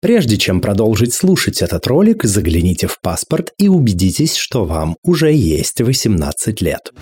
Прежде чем продолжить слушать этот ролик, загляните в паспорт и убедитесь, что вам уже есть 18 лет.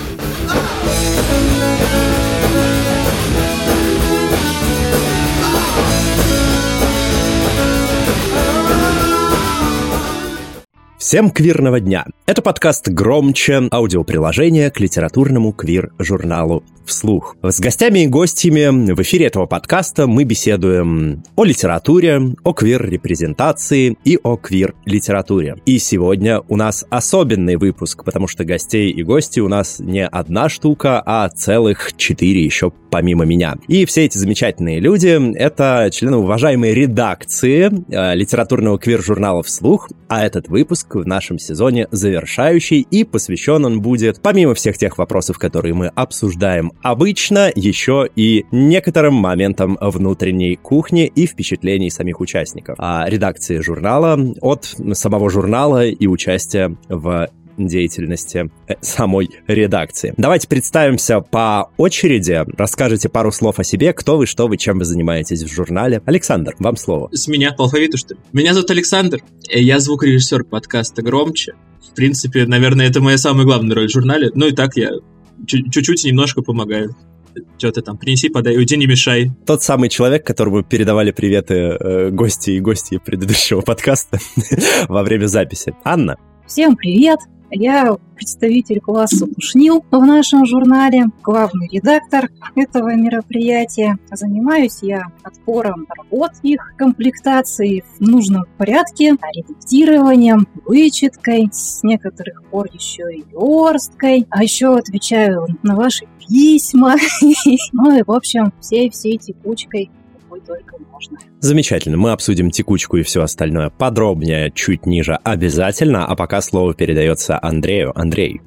Всем квирного дня! Это подкаст «Громче», аудиоприложение к литературному квир-журналу «Вслух». С гостями и гостями в эфире этого подкаста мы беседуем о литературе, о квир-репрезентации и о квир-литературе. И сегодня у нас особенный выпуск, потому что гостей и гости у нас не одна штука, а целых 4 еще помимо меня. И все эти замечательные люди — это члены уважаемой редакции литературного квир-журнала «Вслух», а этот выпуск в нашем сезоне завершающий, и посвящен он будет, помимо всех тех вопросов, которые мы обсуждаем обычно, еще и некоторым моментам внутренней кухни и впечатлений самих участников. А редакции журнала, от самого журнала и участия в деятельности самой редакции. Давайте представимся по очереди. Расскажите пару слов о себе, кто вы, что вы, чем вы занимаетесь в журнале. Александр, вам слово. С меня по алфавиту, что ли? Меня зовут Александр, я звукорежиссер подкаста «Громче». В принципе, наверное, это моя самая главная роль в журнале. Ну и так я чуть-чуть немножко помогаю. Что-то там принеси, подай, уйди, не мешай. Тот самый человек, которому передавали приветы гости и гости предыдущего подкаста во время записи. Анна. Всем привет! Я представитель класса «Душнил» в нашем журнале, главный редактор этого мероприятия. Занимаюсь я отбором работ, их комплектацией в нужном порядке, редактированием, вычеткой, с некоторых пор еще и версткой, а еще отвечаю на ваши письма. Ну и, в общем, всей текучкой только можно. Замечательно. Мы обсудим текучку и все остальное подробнее чуть ниже обязательно, а пока слово передается Андрею. Андрей.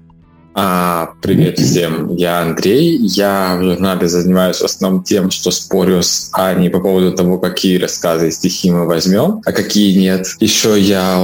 Привет всем, я Андрей. Я в журнале занимаюсь в основном тем, что спорю с Аней по поводу того, какие рассказы и стихи мы возьмем, а какие нет. Еще я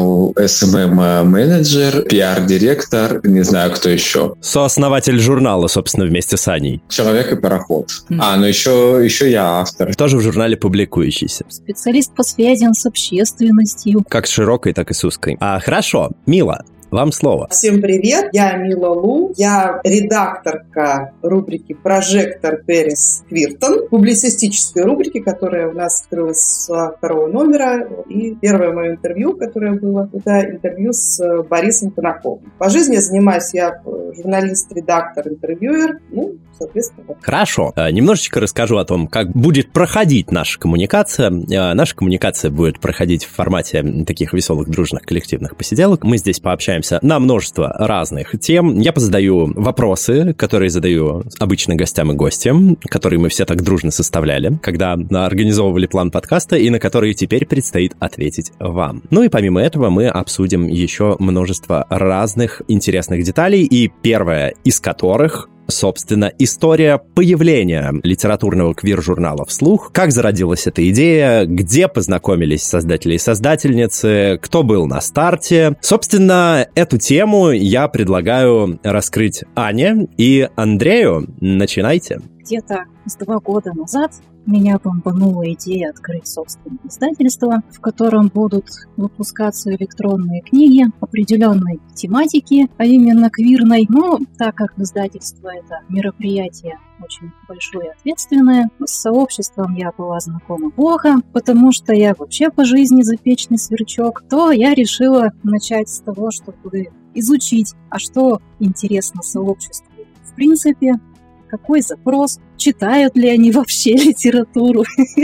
SMM-менеджер, PR-директор, не знаю, кто еще. Сооснователь журнала, собственно, вместе с Аней. Человек и пароход. Ну еще я автор. Тоже в журнале публикующийся. Специалист по связям с общественностью. Как с широкой, так и с узкой. Хорошо, Мила. Вам слово. Всем привет, я Мила Лу, я редакторка рубрики «Прожектор Пэрис Квиртон», публицистической рубрики, которая у нас открылась с 2 номера, и первое мое интервью, которое было, это интервью с Борисом Конаковым. По жизни занимаюсь я журналист, редактор, интервьюер, соответственно. Хорошо. Немножечко расскажу о том, как будет проходить наша коммуникация. Наша коммуникация будет проходить в формате таких веселых, дружных, коллективных посиделок. Мы здесь пообщаемся на множество разных тем. Я позадаю вопросы, которые задаю обычно гостям и гостям, которые мы все так дружно составляли, когда организовывали план подкаста, и на которые теперь предстоит ответить вам. Ну и помимо этого мы обсудим еще множество разных интересных деталей, и первая из которых, собственно, история появления литературного квир-журнала «Вслух». Как зародилась эта идея, где познакомились создатели и создательницы, кто был на старте. Собственно, эту тему я предлагаю раскрыть Ане и Андрею. Начинайте. Где-то с 2 года назад меня бомбанула идея открыть собственное издательство, в котором будут выпускаться электронные книги определенной тематики, а именно квирной. Но так как издательство — это мероприятие очень большое и ответственное, с сообществом я была знакома плохо, потому что я вообще по жизни запечный сверчок, то я решила начать с того, чтобы изучить, а что интересно сообществу в принципе, какой запрос, читают ли они вообще литературу.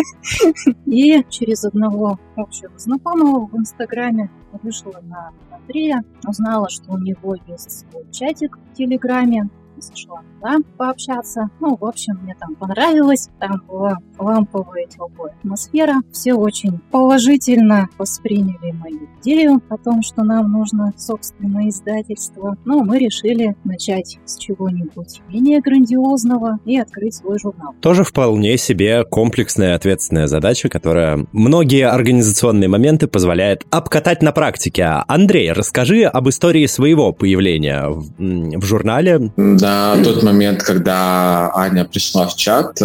И через одного общего знакомого в Инстаграме вышла на Андрея, узнала, что у него есть свой чатик в Телеграме, зашла туда пообщаться. В общем, мне там понравилось. Там была ламповая теплая атмосфера. Все очень положительно восприняли мою идею о том, что нам нужно собственное издательство. Мы решили начать с чего-нибудь менее грандиозного и открыть свой журнал. Тоже вполне себе комплексная ответственная задача, которая многие организационные моменты позволяет обкатать на практике. Андрей, расскажи об истории своего появления в журнале. На тот момент, когда Аня пришла в чат,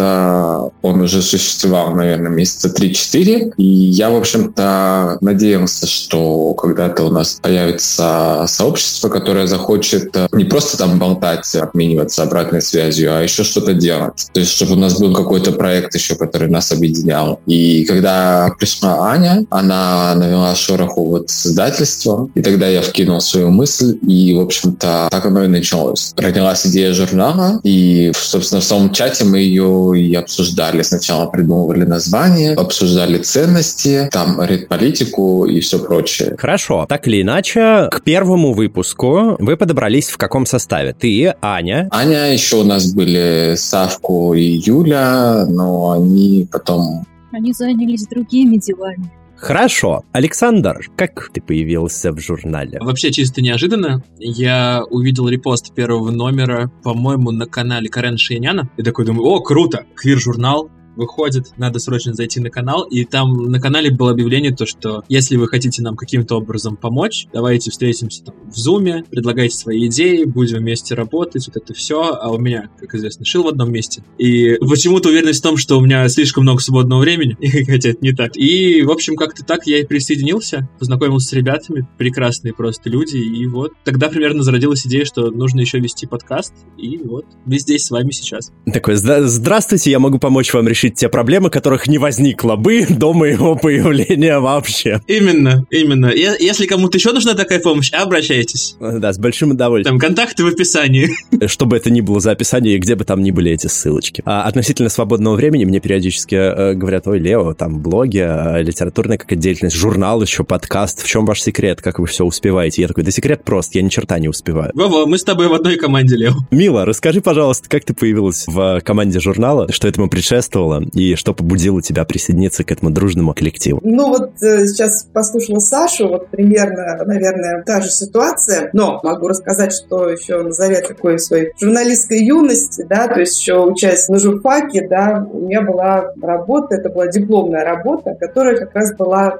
он уже существовал, наверное, месяца 3-4. И я, в общем-то, надеялся, что когда-то у нас появится сообщество, которое захочет не просто там болтать, обмениваться обратной связью, а еще что-то делать. То есть, чтобы у нас был какой-то проект еще, который нас объединял. И когда пришла Аня, она навела шороху вот с издательством, и тогда я вкинул свою мысль, и, в общем-то, так оно и началось. Родилась идея журнала, и, собственно, в самом чате мы ее и обсуждали. Сначала придумывали название, обсуждали ценности, там, редполитику и все прочее. Хорошо. Так или иначе, к первому выпуску вы подобрались в каком составе? Ты, Аня? Аня, еще у нас были Савку и Юля, но они потом... Они занялись другими делами. Хорошо. Александр, как ты появился в журнале? Вообще чисто неожиданно. Я увидел репост первого номера, по-моему, на канале Карена Шейняна. И такой думаю, о, круто, квир-журнал выходит, надо срочно зайти на канал, и там на канале было объявление, то, что если вы хотите нам каким-то образом помочь, давайте встретимся там в зуме, предлагайте свои идеи, будем вместе работать, вот это все, а у меня, как известно, шил в одном месте, и почему-то уверенность в том, что у меня слишком много свободного времени, хотя это не так, и, в общем, как-то так я и присоединился, познакомился с ребятами, прекрасные просто люди, и вот тогда примерно зародилась идея, что нужно еще вести подкаст, и вот мы здесь с вами сейчас. Такой, здравствуйте, я могу помочь вам решить те проблемы, которых не возникло бы до моего появления вообще. Именно. Если кому-то еще нужна такая помощь, обращайтесь. Да, с большим удовольствием. Там контакты в описании. Что бы это ни было за описание, и где бы там ни были эти ссылочки. Относительно свободного времени мне периодически говорят, ой, Лео, там блоги, литературная какая-то деятельность, журнал еще, подкаст. В чем ваш секрет? Как вы все успеваете? Я такой, да секрет прост, я ни черта не успеваю. Вова, мы с тобой в одной команде, Лео. Мила, расскажи, пожалуйста, как ты появилась в команде журнала, что этому предшествовало, и что побудило тебя присоединиться к этому дружному коллективу? Ну вот сейчас послушала Сашу, вот примерно, наверное, та же ситуация, но могу рассказать, что еще на заре такой своей журналистской юности, да, то есть еще учась на журфаке, да, у меня была работа, это была дипломная работа, которая как раз была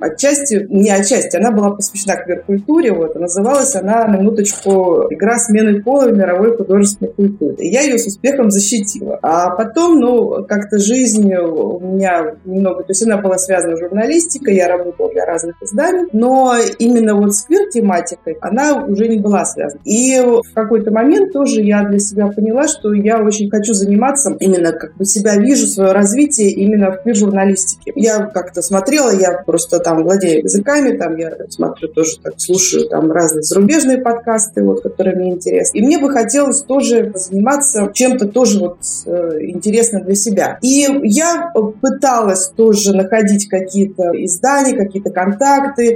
не отчасти, она была посвящена квир-культуре, вот, и называлась она, на минуточку, «Игра смены пола в мировой художественной культуре». И я ее с успехом защитила. А потом, как-то жизнь у меня немного, то есть она была связана с журналистикой, я работала для разных изданий, но именно вот с квир-тематикой она уже не была связана. И в какой-то момент тоже я для себя поняла, что я очень хочу заниматься, именно как бы себя вижу, свое развитие именно в квир-журналистике. Я как-то смотрела, я просто там владею языками, там я смотрю тоже, так, слушаю там разные зарубежные подкасты, вот, которые мне интересны. И мне бы хотелось тоже заниматься чем-то тоже вот интересным для себя. И я пыталась тоже находить какие-то издания, какие-то контакты,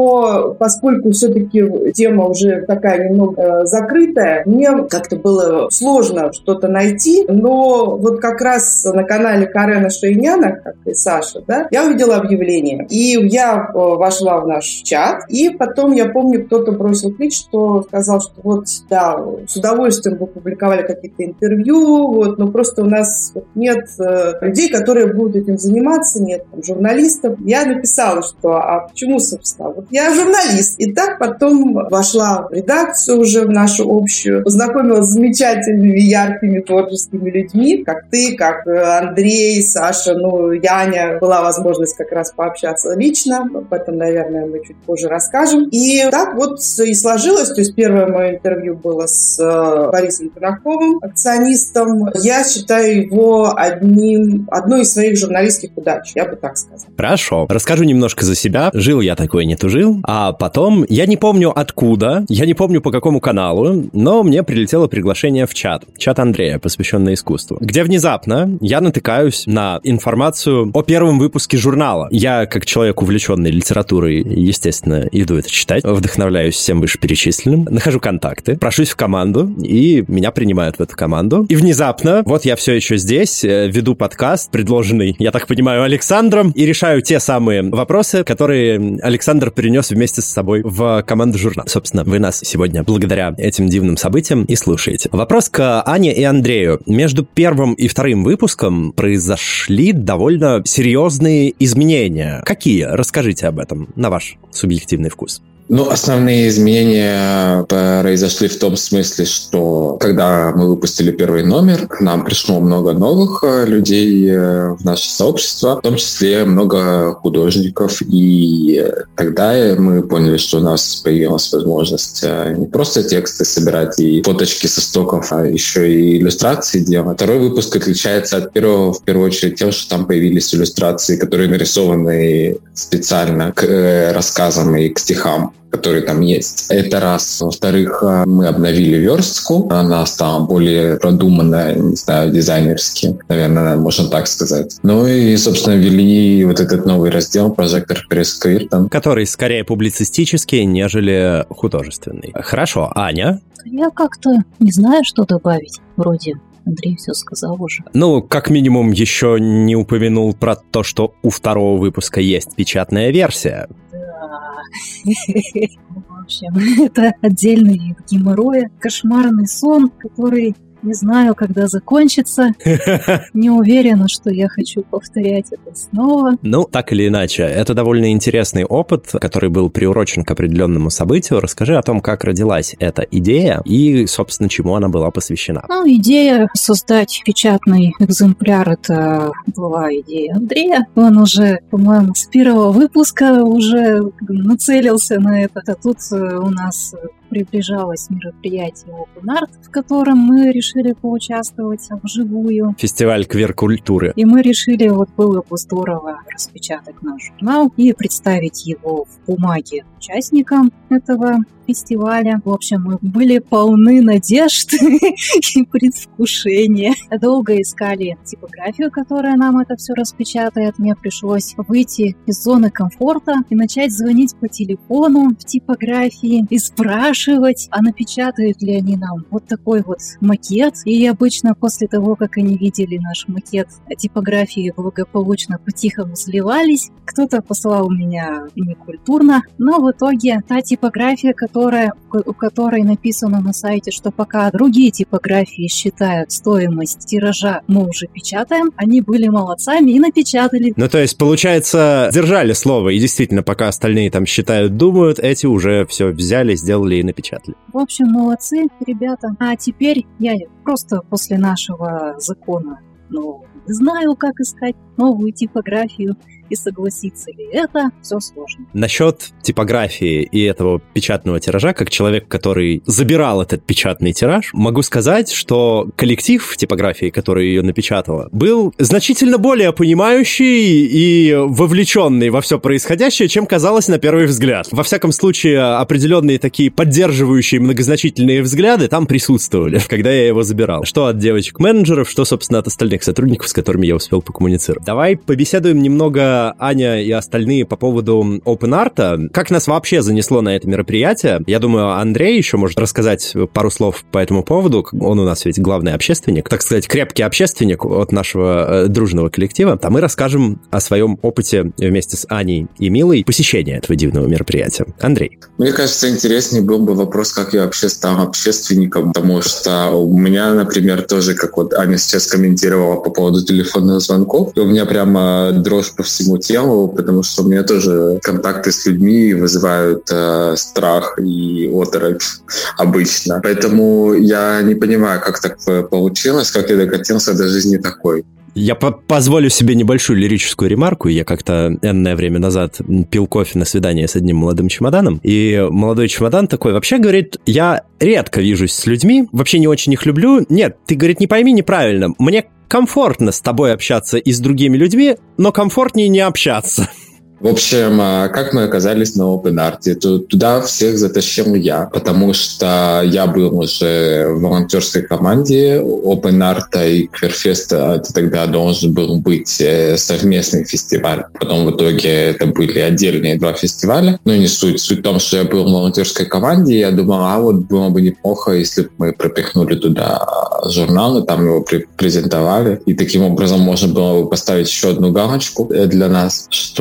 но поскольку все-таки тема уже такая немного закрытая, мне как-то было сложно что-то найти, но вот как раз на канале Карена Шейняна, как и Саша, да, я увидела объявление, и я вошла в наш чат, и потом, я помню, кто-то бросил клич, что сказал, что вот, да, с удовольствием бы публиковали какие-то интервью, вот, но просто у нас нет людей, которые будут этим заниматься, нет там журналистов. Я написала, что а почему, собственно, вот я журналист. И так потом вошла в редакцию уже в нашу общую, познакомилась с замечательными, яркими, творческими людьми, как ты, как Андрей, Саша, Яня. Была возможность как раз пообщаться лично, об этом, наверное, мы чуть позже расскажем. И так вот и сложилось, то есть первое мое интервью было с Борисом Конаковым, акционистом. Я считаю его одной из своих журналистских удач, я бы так сказала. Хорошо. Расскажу немножко за себя. Жил я такой, не тужил. А потом, я не помню откуда, я не помню по какому каналу, но мне прилетело приглашение в чат. Чат Андрея, посвященный искусству. Где внезапно я натыкаюсь на информацию о первом выпуске журнала. Я, как человек, увлеченный литературой, естественно, иду это читать. Вдохновляюсь всем вышеперечисленным. Нахожу контакты, прошусь в команду, и меня принимают в эту команду. И внезапно, вот я все еще здесь, веду подкаст, предложенный, я так понимаю, Александром, и решаю те самые вопросы, которые Александр перенес вместе с собой в команду журнала. Собственно, вы нас сегодня благодаря этим дивным событиям и слушаете. Вопрос к Ане и Андрею. Между первым и вторым выпуском произошли довольно серьезные изменения. Какие? Расскажите об этом, на ваш субъективный вкус. Основные изменения произошли в том смысле, что когда мы выпустили первый номер, к нам пришло много новых людей в наше сообщество, в том числе много художников, и тогда мы поняли, что у нас появилась возможность не просто тексты собирать и фоточки со стоков, а еще и иллюстрации делать. Второй выпуск отличается от первого в первую очередь тем, что там появились иллюстрации, которые нарисованы специально к рассказам и к стихам, которые там есть. Это раз. Во-вторых, мы обновили верстку. Она стала более продуманная, не знаю, дизайнерски, наверное, можно так сказать. И, собственно, ввели вот этот новый раздел «Прожектор перес Квиртон», который скорее публицистический, нежели художественный. Хорошо. Аня? Я как-то не знаю, что добавить. Вроде Андрей все сказал уже. Как минимум, еще не упомянул про то, что у второго выпуска есть печатная версия. В общем, это отдельный геморрой, кошмарный сон, который не знаю, когда закончится. Не уверена, что я хочу повторять это снова. Так или иначе, это довольно интересный опыт, который был приурочен к определенному событию. Расскажи о том, как родилась эта идея и, собственно, чему она была посвящена. Идея создать печатный экземпляр — это была идея Андрея. Он уже, по-моему, с первого выпуска уже нацелился на это. А тут у нас приближалось мероприятие Open Art, в котором мы решили поучаствовать вживую. Фестиваль квир-культуры. И мы решили, было бы здорово распечатать наш журнал и представить его в бумаге участникам этого фестиваля. В общем, мы были полны надежд и предвкушения. Долго искали типографию, которая нам это все распечатает. Мне пришлось выйти из зоны комфорта и начать звонить по телефону в типографии и спрашивать, а напечатают ли они нам вот такой вот макет. И обычно после того, как они видели наш макет, типографии благополучно по-тихому сливались. Кто-то послал меня некультурно, но в итоге та типография, у которой написано на сайте, что пока другие типографии считают стоимость тиража, мы уже печатаем, они были молодцами и напечатали. То есть, получается, держали слово, и действительно, пока остальные там считают, думают, эти уже все взяли, сделали и напечатали. В общем, молодцы, ребята. А теперь я просто после нашего закона, не знаю, как искать новую типографию. И согласится ли это, все сложно. Насчет типографии и этого печатного тиража, как человек, который забирал этот печатный тираж, могу сказать, что коллектив в типографии, который ее напечатала, был значительно более понимающий и вовлеченный во все происходящее, чем казалось на первый взгляд. Во всяком случае, определенные такие поддерживающие многозначительные взгляды там присутствовали, когда я его забирал. Что от девочек-менеджеров, что, собственно, от остальных сотрудников, с которыми я успел покоммуницировать. Давай побеседуем немного, Аня и остальные, по поводу Open Art. Как нас вообще занесло на это мероприятие? Я думаю, Андрей еще может рассказать пару слов по этому поводу. Он у нас ведь главный общественник, так сказать, крепкий общественник от нашего дружного коллектива. А мы расскажем о своем опыте вместе с Аней и Милой посещения этого дивного мероприятия. Андрей. Мне кажется, интереснее был бы вопрос, как я вообще стал общественником, потому что у меня, например, тоже, как вот Аня сейчас комментировала по поводу телефонных звонков, у меня прямо дрожь по всему телу, потому что у меня тоже контакты с людьми вызывают страх и оторопь обычно. Поэтому я не понимаю, как так получилось, как я докатился до жизни такой. Я позволю себе небольшую лирическую ремарку. Я как-то энное время назад пил кофе на свидание с одним молодым чемоданом, и молодой чемодан такой вообще говорит: я редко вижусь с людьми, вообще не очень их люблю. Нет, ты, говорит, не пойми неправильно, мне комфортно с тобой общаться и с другими людьми, но комфортнее не общаться. В общем, как мы оказались на Open Art? Туда всех затащил я, потому что я был уже в волонтерской команде Open Art и Квирфеста. Это тогда должен был быть совместный фестиваль. Потом в итоге это были отдельные два фестиваля. Но не суть. Суть в том, что я был в волонтерской команде, и я думал, было бы неплохо, если бы мы пропихнули туда журнал, и там его презентовали. И таким образом можно было бы поставить еще одну галочку для нас, что типа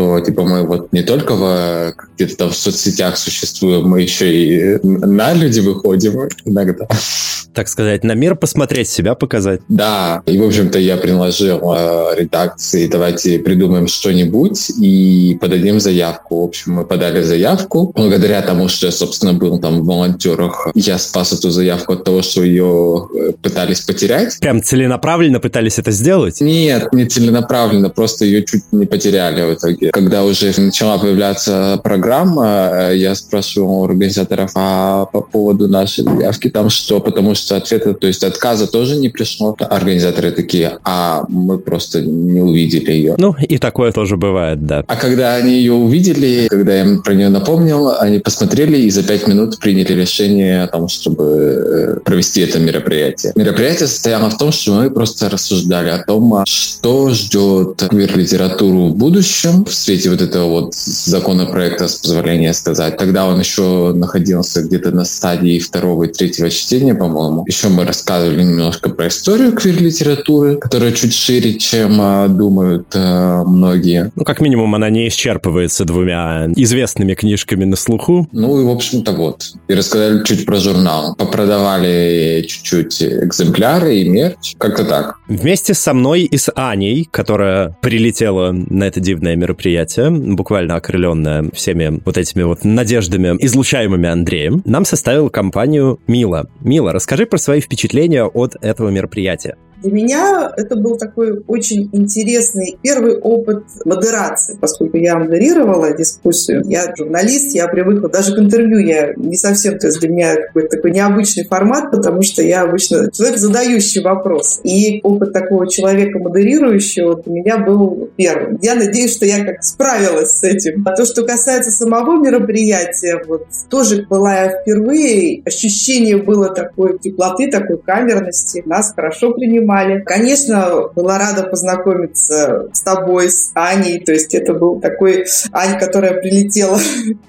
мы вот не только где-то там в соцсетях существуем, мы еще и на люди выходим иногда. Так сказать, на мир посмотреть, себя показать. Да, и, в общем-то, я предложил редакции, давайте придумаем что-нибудь и подадим заявку. В общем, мы подали заявку. Благодаря тому, что я, собственно, был там в волонтерах, я спас эту заявку от того, что ее пытались потерять. Прям целенаправленно пытались это сделать? Нет, не целенаправленно, просто ее чуть не потеряли в итоге. Когда уже начала появляться программа, я спрашивал у организаторов, а по поводу нашей заявки там что? Потому что ответа, то есть отказа тоже не пришло. Организаторы такие, а мы просто не увидели ее. Ну, и такое тоже бывает, да. А когда они ее увидели, когда я им про нее напомнил, они посмотрели и за 5 минут приняли решение о том, чтобы провести это мероприятие. Мероприятие состояло в том, что мы просто рассуждали о том, что ждет квир-литературу в будущем в свете вот этого вот законопроекта, с позволения сказать. Тогда он еще находился где-то на стадии 2-го и 3-го чтения, по-моему. Еще мы рассказывали немножко про историю квир-литературы, которая чуть шире, чем думают многие. Ну, как минимум, она не исчерпывается 2 известными книжками на слуху. Ну, и, в общем-то, вот. И рассказали чуть про журнал. Попродавали чуть-чуть экземпляры и мерч. Как-то так. Вместе со мной и с Аней, которая прилетела на это дивное мероприятие, буквально окрыленная всеми вот этими вот надеждами, излучаемыми Андреем, нам составила компанию Мила. Мила, расскажи про свои впечатления от этого мероприятия. Для меня это был такой очень интересный первый опыт модерации, поскольку я модерировала дискуссию. Я журналист, я привыкла, даже к интервью я не совсем, то есть для меня какой-то такой необычный формат, потому что я обычно человек, задающий вопрос. И опыт такого человека модерирующего для меня был первым. Я надеюсь, что я как справилась с этим. А то, что касается самого мероприятия, вот тоже была я впервые, ощущение было такой теплоты, такой камерности. Нас хорошо принимали. Конечно, была рада познакомиться с тобой, с Аней. То есть это был такой Аня, которая прилетела.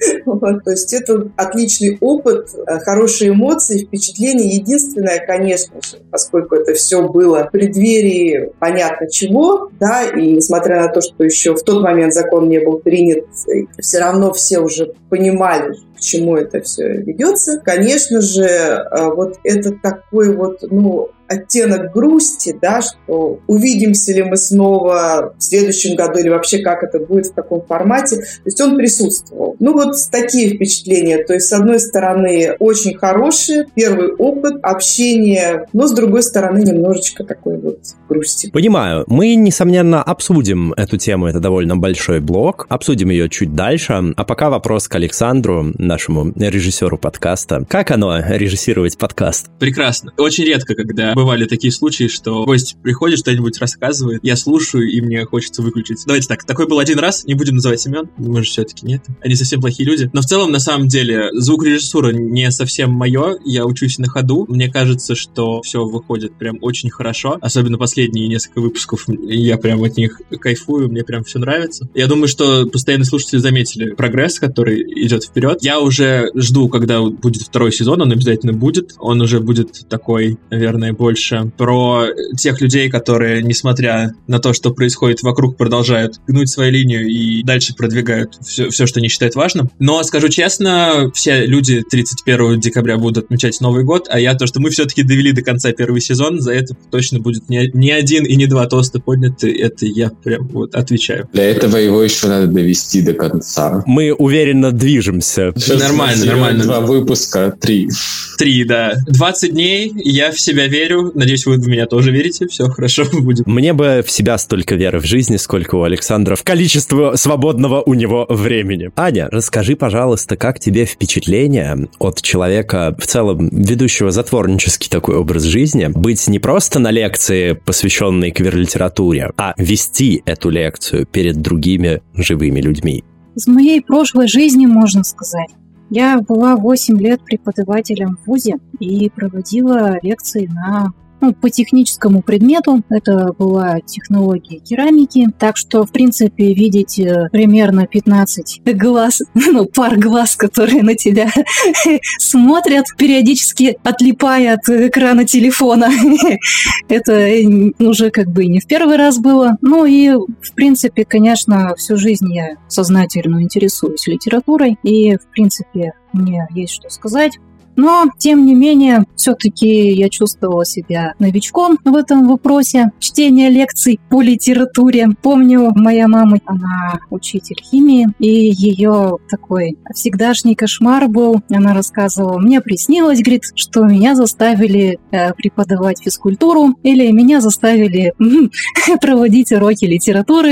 То есть это отличный опыт, хорошие эмоции, впечатления. Единственное, конечно же, поскольку это все было в преддверии понятно чего, да, и несмотря на то, что еще в тот момент закон не был принят, все равно все уже понимали, к чему это все ведется. Конечно же, вот это такой вот, оттенок грусти, да, что увидимся ли мы снова в следующем году или вообще как это будет, в каком формате. То есть он присутствовал. Вот такие впечатления. То есть, с одной стороны, очень хорошие, первый опыт, общение, но с другой стороны, немножечко такой вот грусти. Понимаю. Мы, несомненно, обсудим эту тему. Это довольно большой блок. Обсудим ее чуть дальше. А пока вопрос к Александру, нашему режиссеру подкаста. Как оно, режиссировать подкаст? Прекрасно. Очень редко, когда бывали такие случаи, что гость приходит, что-нибудь рассказывает, я слушаю, и мне хочется выключить. Давайте так, такой был один раз, не будем называть имен, мы же все-таки нет, они совсем плохие люди. Но в целом, на самом деле, звукорежиссура не совсем мое, я учусь на ходу, мне кажется, что все выходит прям очень хорошо, особенно последние несколько выпусков, я прям от них кайфую, мне прям все нравится. Я думаю, что постоянные слушатели заметили прогресс, который идет вперед. Я уже жду, когда будет 2-й сезон, он обязательно будет, он уже будет такой, наверное, больше про тех людей, которые, несмотря на то, что происходит вокруг, продолжают гнуть свою линию и дальше продвигают все, что они считают важным. Но, скажу честно, все люди 31 декабря будут отмечать Новый год, а то, что мы все-таки довели до конца 1-й сезон, за это точно будет не 1 и не 2 тоста подняты, это я прям вот отвечаю. Для этого его еще надо довести до конца. Мы уверенно движемся. Нормально. 2 выпуска, 3. 3, да. 20 дней, я в себя верю. Надеюсь, вы в меня тоже верите. Все хорошо будет. Мне бы в себя столько веры в жизни, сколько у Александра в количество свободного у него времени. Аня, расскажи, пожалуйста, как тебе впечатление от человека, в целом, ведущего затворнический такой образ жизни, быть не просто на лекции, посвященной квир-литературе, а вести эту лекцию перед другими живыми людьми? Из моей прошлой жизни, можно сказать. Я была 8 лет преподавателем в вузе и проводила лекции на по техническому предмету. Это была технология керамики. Так что, в принципе, видеть примерно 15 глаз, пар глаз, которые на тебя смотрят, периодически отлипая от экрана телефона. Это уже как бы не в первый раз было. Ну и, в принципе, конечно, всю жизнь я сознательно интересуюсь литературой. И, в принципе, мне есть что сказать. Но, тем не менее, все-таки я чувствовала себя новичком в этом вопросе чтения лекций по литературе. Помню, моя мама, она учитель химии, и ее такой всегдашний кошмар был. Она рассказывала, мне приснилось, говорит, что меня заставили преподавать физкультуру, или меня заставили проводить уроки литературы.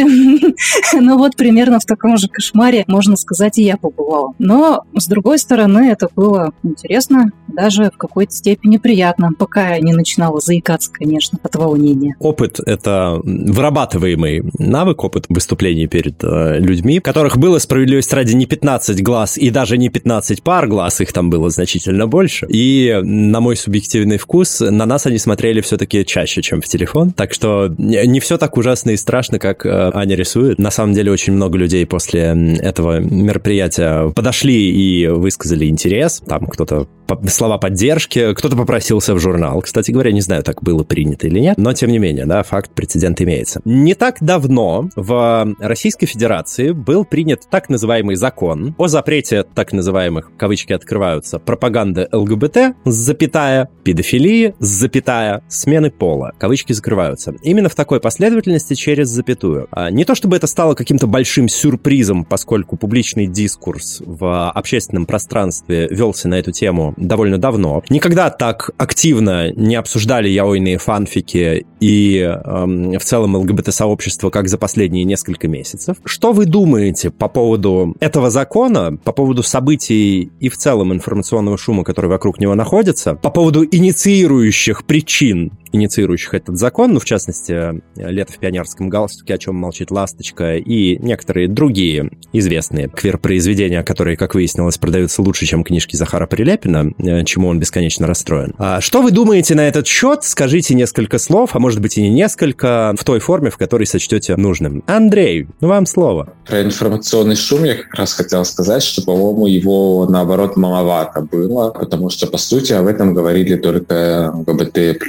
Ну вот, примерно в таком же кошмаре, можно сказать, и я побывала. Но, с другой стороны, это было интересно, даже в какой-то степени приятно, пока я не начинала заикаться, конечно, от волнения. Опыт — это вырабатываемый навык, опыт выступлений перед людьми, которых было, справедливости ради, не 15 глаз и даже не 15 пар глаз, их там было значительно больше. И, на мой субъективный вкус, на нас они смотрели все-таки чаще, чем в телефон. Так что не все так ужасно и страшно, как Аня рисует. На самом деле, очень много людей после этого мероприятия подошли и высказали интерес. Там кто-то слова поддержки, кто-то попросился в журнал. Кстати говоря, не знаю, так было принято или нет, но тем не менее, да, факт, прецедент имеется. Не так давно в Российской Федерации был принят так называемый закон о запрете так называемых, кавычки открываются, пропаганды ЛГБТ, запятая, педофилии, запятая, смены пола, кавычки закрываются. Именно в такой последовательности через запятую. Не то чтобы это стало каким-то большим сюрпризом, поскольку публичный дискурс в общественном пространстве велся на эту тему довольно давно. Никогда так активно не обсуждали яойные фанфики и в целом ЛГБТ-сообщество, как за последние несколько месяцев. Что вы думаете по поводу этого закона, по поводу событий и в целом информационного шума, который вокруг него находится, по поводу инициирующих причин, инициирующих этот закон, ну, в частности, «Лето в пионерском галстуке», «О чем молчит ласточка» и некоторые другие известные квир-произведения, которые, как выяснилось, продаются лучше, чем книжки Захара Прилепина, чему он бесконечно расстроен. Что вы думаете на этот счет? Скажите несколько слов, а может быть и не несколько, в той форме, в которой сочтете нужным. Андрей, вам слово. Про информационный шум я как раз хотел сказать, что, по-моему, его, наоборот, маловато было, потому что, по сути, об этом говорили только ЛГБТ+,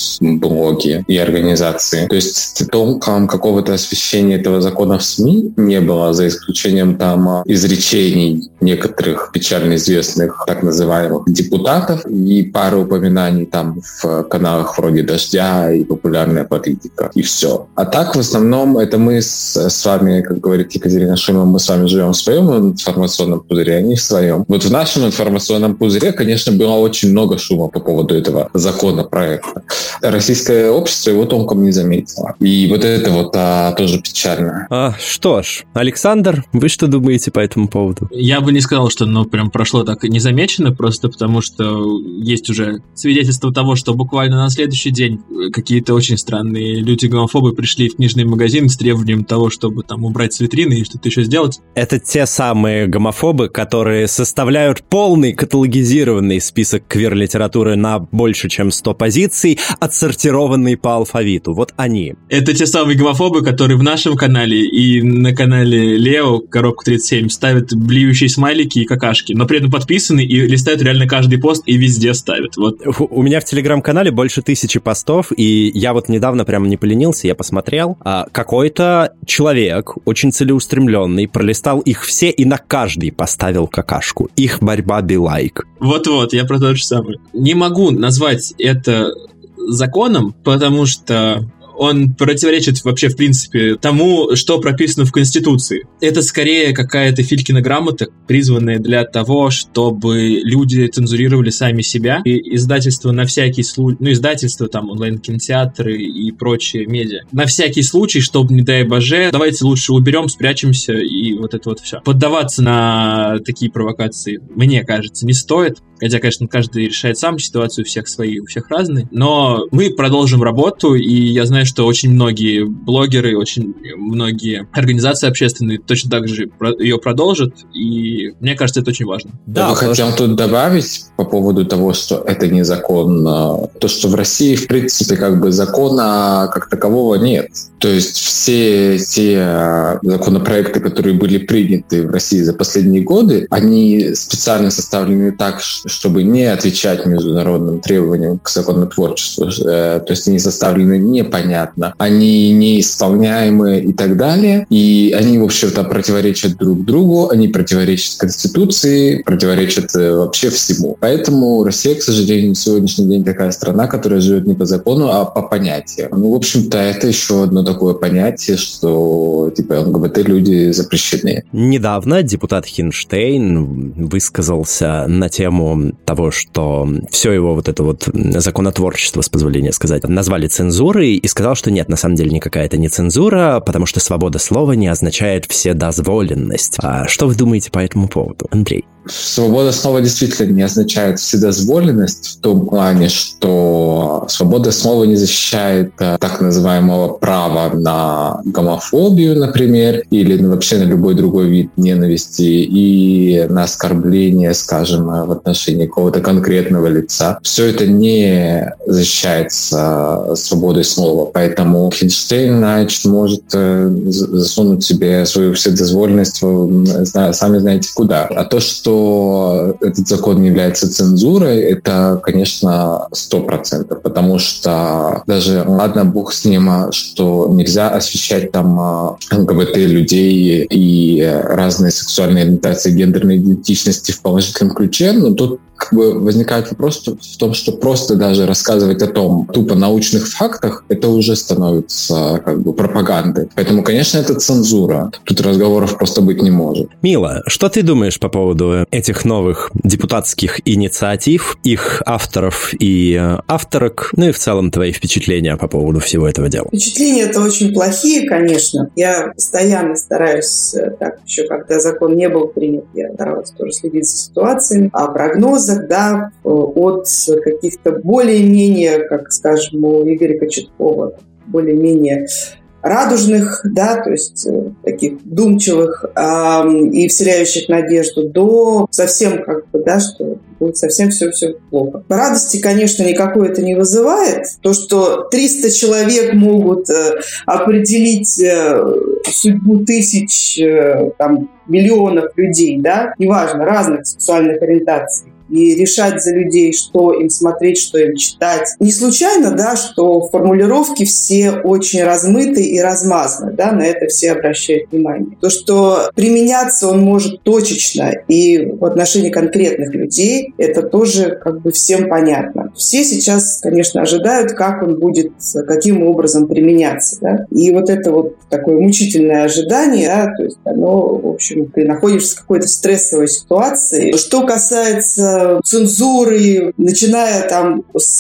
блоги и организации. То есть толком какого-то освещения этого закона в СМИ не было, за исключением там изречений некоторых печально известных так называемых депутатов и пару упоминаний там в каналах вроде «Дождя» и «Популярная политика», и все. А так, в основном, это мы с вами, как говорит Екатерина Шимова, мы с вами живем в своем информационном пузыре, а не в своем. Вот в нашем информационном пузыре, конечно, было очень много шума по поводу этого законопроекта. Российское общество его толком не заметило. И вот это вот тоже печально. Что ж, Александр, вы что думаете по этому поводу? Я бы не сказал, что прям прошло так незамеченно, просто потому что есть уже свидетельство того, что буквально на следующий день какие-то очень странные люди-гомофобы пришли в книжный магазин с требованием того, чтобы там убрать с витрины и что-то еще сделать. Это те самые гомофобы, которые составляют полный каталогизированный список квир-литературы на больше, чем 100 позиций, отсортированный по алфавиту. Вот они. Это те самые гомофобы, которые в нашем канале и на канале Лео, коробка 37, ставят блюющие смайлики и какашки, но при этом подписаны и листают реально каждый пост и везде ставят. Вот. У меня в Телеграм-канале больше 1000 постов, и я вот недавно прям не поленился, я посмотрел, какой-то человек, очень целеустремленный, пролистал их все и на каждый поставил какашку. Их борьба be like. Вот-вот, я про то же самое. Не могу назвать это законом, потому что он противоречит вообще, в принципе, тому, что прописано в Конституции. Это скорее какая-то Филькина грамота, призванная для того, чтобы люди цензурировали сами себя. И издательства на всякий случай, издательства, там, онлайн-кинотеатры и прочие медиа. На всякий случай, чтобы, не дай боже, давайте лучше уберем, спрячемся и вот это вот все. Поддаваться на такие провокации, мне кажется, не стоит. Хотя, конечно, каждый решает сам, ситуацию у всех свои, у всех разные. Но мы продолжим работу, и я знаю, знаю, что очень многие блогеры, очень многие организации общественные точно так же ее продолжат, и мне кажется, это очень важно. Да, я бы хотел тут добавить по поводу того, что это незаконно, то, что в России, в принципе, как бы закона как такового нет. То есть все те законопроекты, которые были приняты в России за последние годы, они специально составлены так, чтобы не отвечать международным требованиям к законотворчеству. То есть они составлены непонятно, они неисполняемы и так далее. И они, в общем-то, противоречат друг другу, они противоречат Конституции, противоречат вообще всему. Поэтому Россия, к сожалению, на сегодняшний день такая страна, которая живет не по закону, а по понятиям. Ну, в общем-то, это еще одно такое понятие, что типа ЛГБТ-люди запрещены. Недавно депутат Хинштейн высказался на тему того, что все его вот это вот законотворчество, с позволения сказать, назвали цензурой, и сказал, что нет, на самом деле никакая это не цензура, потому что свобода слова не означает вседозволенность. А что вы думаете по этому поводу, Андрей? Свобода слова действительно не означает вседозволенность в том плане, что свобода слова не защищает так называемого права на гомофобию, например, или вообще на любой другой вид ненависти и на оскорбление, скажем, в отношении какого-то конкретного лица. Все это не защищается свободой слова, поэтому Хинштейн, значит, может засунуть себе свою вседозволенность, сами знаете куда. А то, что этот закон не является цензурой, это, конечно, 100%, потому что даже, ладно, бог с ним, что нельзя освещать там ЛГБТ-людей и разные сексуальные ориентации, гендерные идентичности в положительном ключе, но тут как бы возникает вопрос в том, что просто даже рассказывать о том тупо научных фактах, это уже становится как бы пропагандой. Поэтому, конечно, это цензура. Тут разговоров просто быть не может. Мила, что ты думаешь по поводу этих новых депутатских инициатив, их авторов и авторок, ну и в целом твои впечатления по поводу всего этого дела? Впечатления-то очень плохие, конечно. Я постоянно стараюсь, так еще когда закон не был принят, я старалась тоже следить за ситуациями, а прогнозы, да, от каких-то более-менее, как, скажем, у Игоря Кочеткова, более-менее радужных, да, то есть таких вдумчивых и вселяющих надежду, до совсем как бы, да, что будет совсем все плохо. Радости, конечно, никакой это не вызывает. То, что 300 человек могут определить судьбу тысяч, там, миллионов людей, да, неважно, разных сексуальных ориентаций, и решать за людей, что им смотреть, что им читать. Не случайно, да, что формулировки все очень размыты и размазаны, да, на это все обращают внимание. То, что применяться он может точечно и в отношении конкретных людей, это тоже как бы всем понятно. Все сейчас, конечно, ожидают, как он будет, каким образом применяться, да. И вот это вот такое мучительное ожидание, да, то есть оно, в общем, ты находишься в какой-то стрессовой ситуации. Что касается цензуры, начиная там с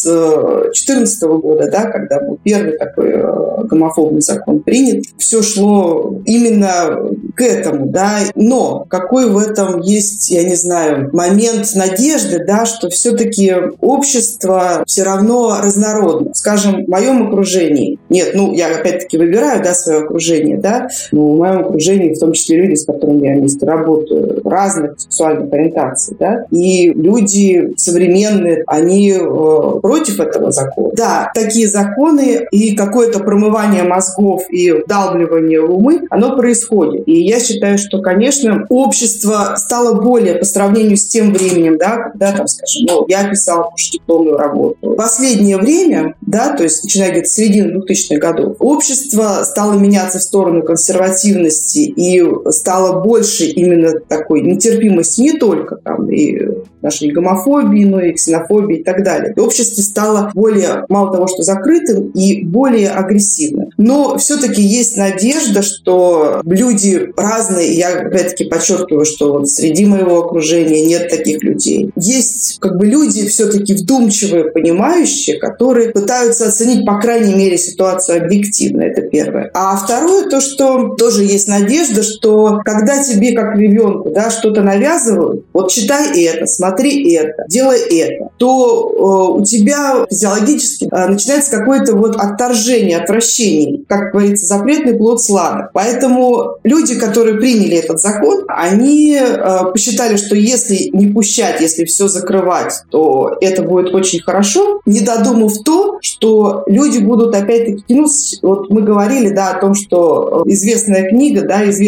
2014 года, да, когда был первый такой гомофобный закон принят, все шло именно к этому, да, но какой в этом есть, я не знаю, момент надежды, да, что все-таки общество все равно разнородно. Скажем, в моем окружении, нет, ну, я опять-таки выбираю, да, свое окружение, да, но в моем окружении, в том числе люди, с которыми я вместе работаю, разных сексуальных ориентаций, да, и люди современные, они против этого закона. Да, такие законы и какое-то промывание мозгов и вдалбливание в умы, оно происходит. И я считаю, что, конечно, общество стало более, по сравнению с тем временем, да, когда, там, скажем, ну, я писала дипломную работу. В последнее время, да, то есть начиная где-то с середины 2000-х годов, общество стало меняться в сторону консервативности и стало больше именно такой нетерпимости не только там и нашей гомофобии, но и ксенофобии и так далее. И общество стало более, мало того, что закрытым, и более агрессивным. Но все-таки есть надежда, что люди разные, я опять-таки подчеркиваю, что вот среди моего окружения нет таких людей. Есть как бы люди все-таки вдумчивые, понимающие, которые пытаются оценить, по крайней мере, ситуацию объективно, это первое. А второе, то, что тоже есть надежда, что когда тебе, как ребенку, да, что-то навязывают, вот читай это, смотри смотри это, делай это, то у тебя физиологически начинается какое-то вот отторжение, отвращение, как говорится, запретный плод сладок. Поэтому люди, которые приняли этот закон, они посчитали, что если не пущать, если все закрывать, то это будет очень хорошо, не додумав то, что люди будут опять-таки, вот мы говорили, да, о том, что известные книги,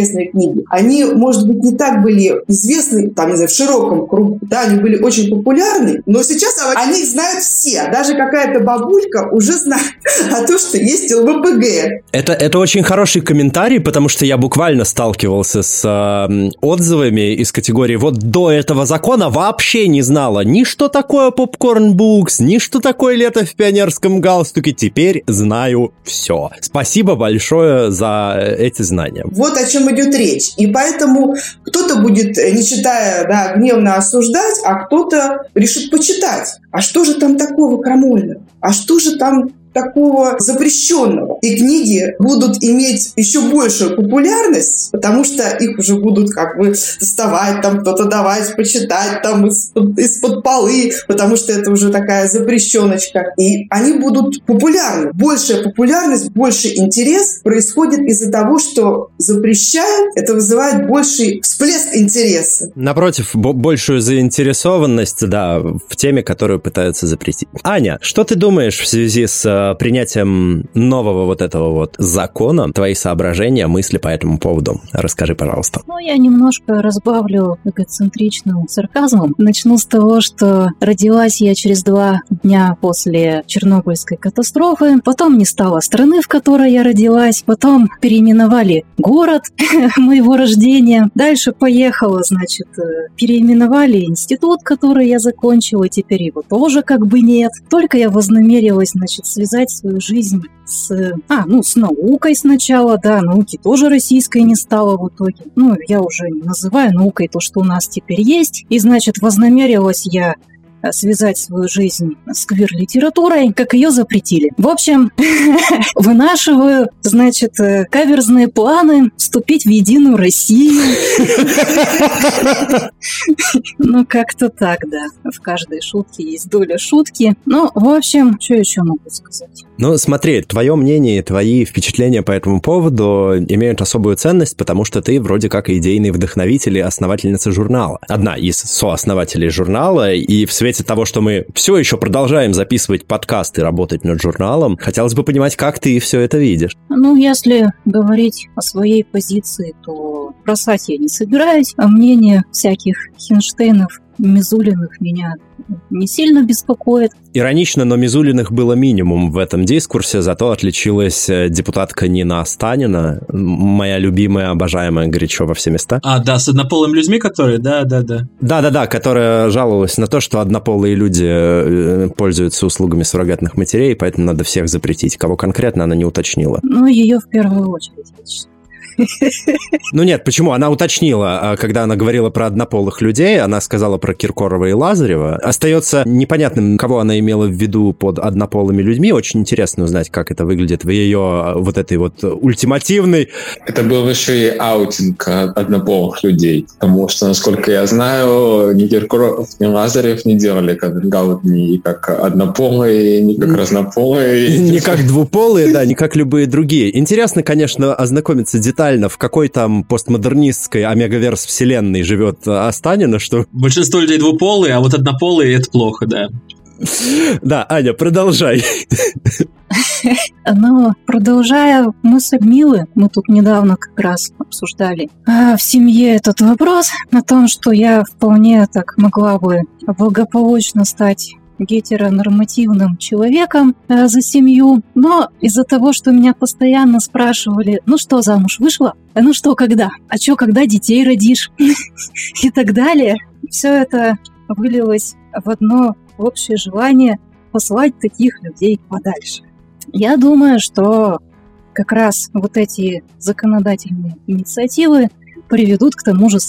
они, может быть, не так были известны, там, не знаю, в широком кругу, да, они были очень популярны, но сейчас о них знают все, даже какая-то бабулька уже знает о том, что есть ЛВПГ. Это очень хороший комментарий, потому что я буквально сталкивался с отзывами из категории «Вот до этого закона вообще не знала ни что такое попкорн-букс, ни что такое лето в пионерском галстуке, теперь знаю все». Спасибо большое за эти знания. Вот о чем идет речь. И поэтому кто-то будет, не читая, да, гневно осуждать, а кто-то решит почитать. А что же там такого крамольного? А что же там такого запрещенного? И книги будут иметь еще большую популярность, потому что их уже будут как бы доставать, там кто-то давать почитать там из-под полы, потому что это уже такая запрещеночка. И они будут популярны. Большая популярность, больше интерес происходит из-за того, что запрещают, это вызывает больший всплеск интереса. Напротив, большую заинтересованность, да, в теме, которую пытаются запретить. Аня, что ты думаешь в связи с принятием нового вот этого вот закона, твои соображения, мысли по этому поводу? Расскажи, пожалуйста. Я немножко разбавлю эгоцентричным сарказмом. Начну с того, что родилась я через 2 дня после Чернобыльской катастрофы, потом не стало страны, в которой я родилась, потом переименовали город моего рождения, дальше поехала, значит, переименовали институт, который я закончила, теперь его тоже как бы нет. Только я вознамерилась, значит, связать свою жизнь с наукой сначала, да, науки тоже российской не стало в итоге. Я уже не называю наукой то, что у нас теперь есть. И, значит, вознамерилась я связать свою жизнь с квир-литературой, как ее запретили. В общем, вынашиваю, значит, каверзные планы вступить в Единую Россию. Как-то так, да. В каждой шутке есть доля шутки. В общем, что еще могу сказать? Смотри, твое мнение, твои впечатления по этому поводу имеют особую ценность, потому что ты вроде как идейный вдохновитель и основательница журнала. Одна из сооснователей журнала, и в свете того, что мы все еще продолжаем записывать подкасты и работать над журналом, хотелось бы понимать, как ты все это видишь. Если говорить о своей позиции, то бросать я не собираюсь, а мнение всяких Хинштейнов, Мизулиных меня не сильно беспокоит. Иронично, но Мизулиных было минимум в этом дискурсе, зато отличилась депутатка Нина Останина, моя любимая, обожаемая горячо во все места. Да, с однополыми людьми, которые, да. Да, которая жаловалась на то, что однополые люди пользуются услугами суррогатных матерей, поэтому надо всех запретить. Кого конкретно, она не уточнила. Ее в первую очередь, я считаю. Нет, почему? Она уточнила, когда она говорила про однополых людей, она сказала про Киркорова и Лазарева. Остается непонятным, кого она имела в виду под однополыми людьми. Очень интересно узнать, как это выглядит в ее вот этой вот ультимативной... Это был еще и аутинг однополых людей, потому что, насколько я знаю, ни Киркоров, ни Лазарев не делали каминг-аут ни как однополые, ни как разнополые. Не как двуполые, да, не как любые другие. Интересно, конечно, ознакомиться детально, в какой там постмодернистской омегаверс вселенной живет Останина, что... Большинство людей двуполые, а вот однополые — это плохо, да. Да, Аня, продолжай. Продолжая мысль Милы, мы тут недавно как раз обсуждали в семье этот вопрос, о том, что я вполне так могла бы благополучно стать гетеронормативным человеком за семью, но из-за того, что меня постоянно спрашивали, что, замуж вышла? Что, когда? А что, когда детей родишь? И так далее. Все это вылилось в одно общее желание послать таких людей подальше. Я думаю, что как раз вот эти законодательные инициативы приведут к тому же самому.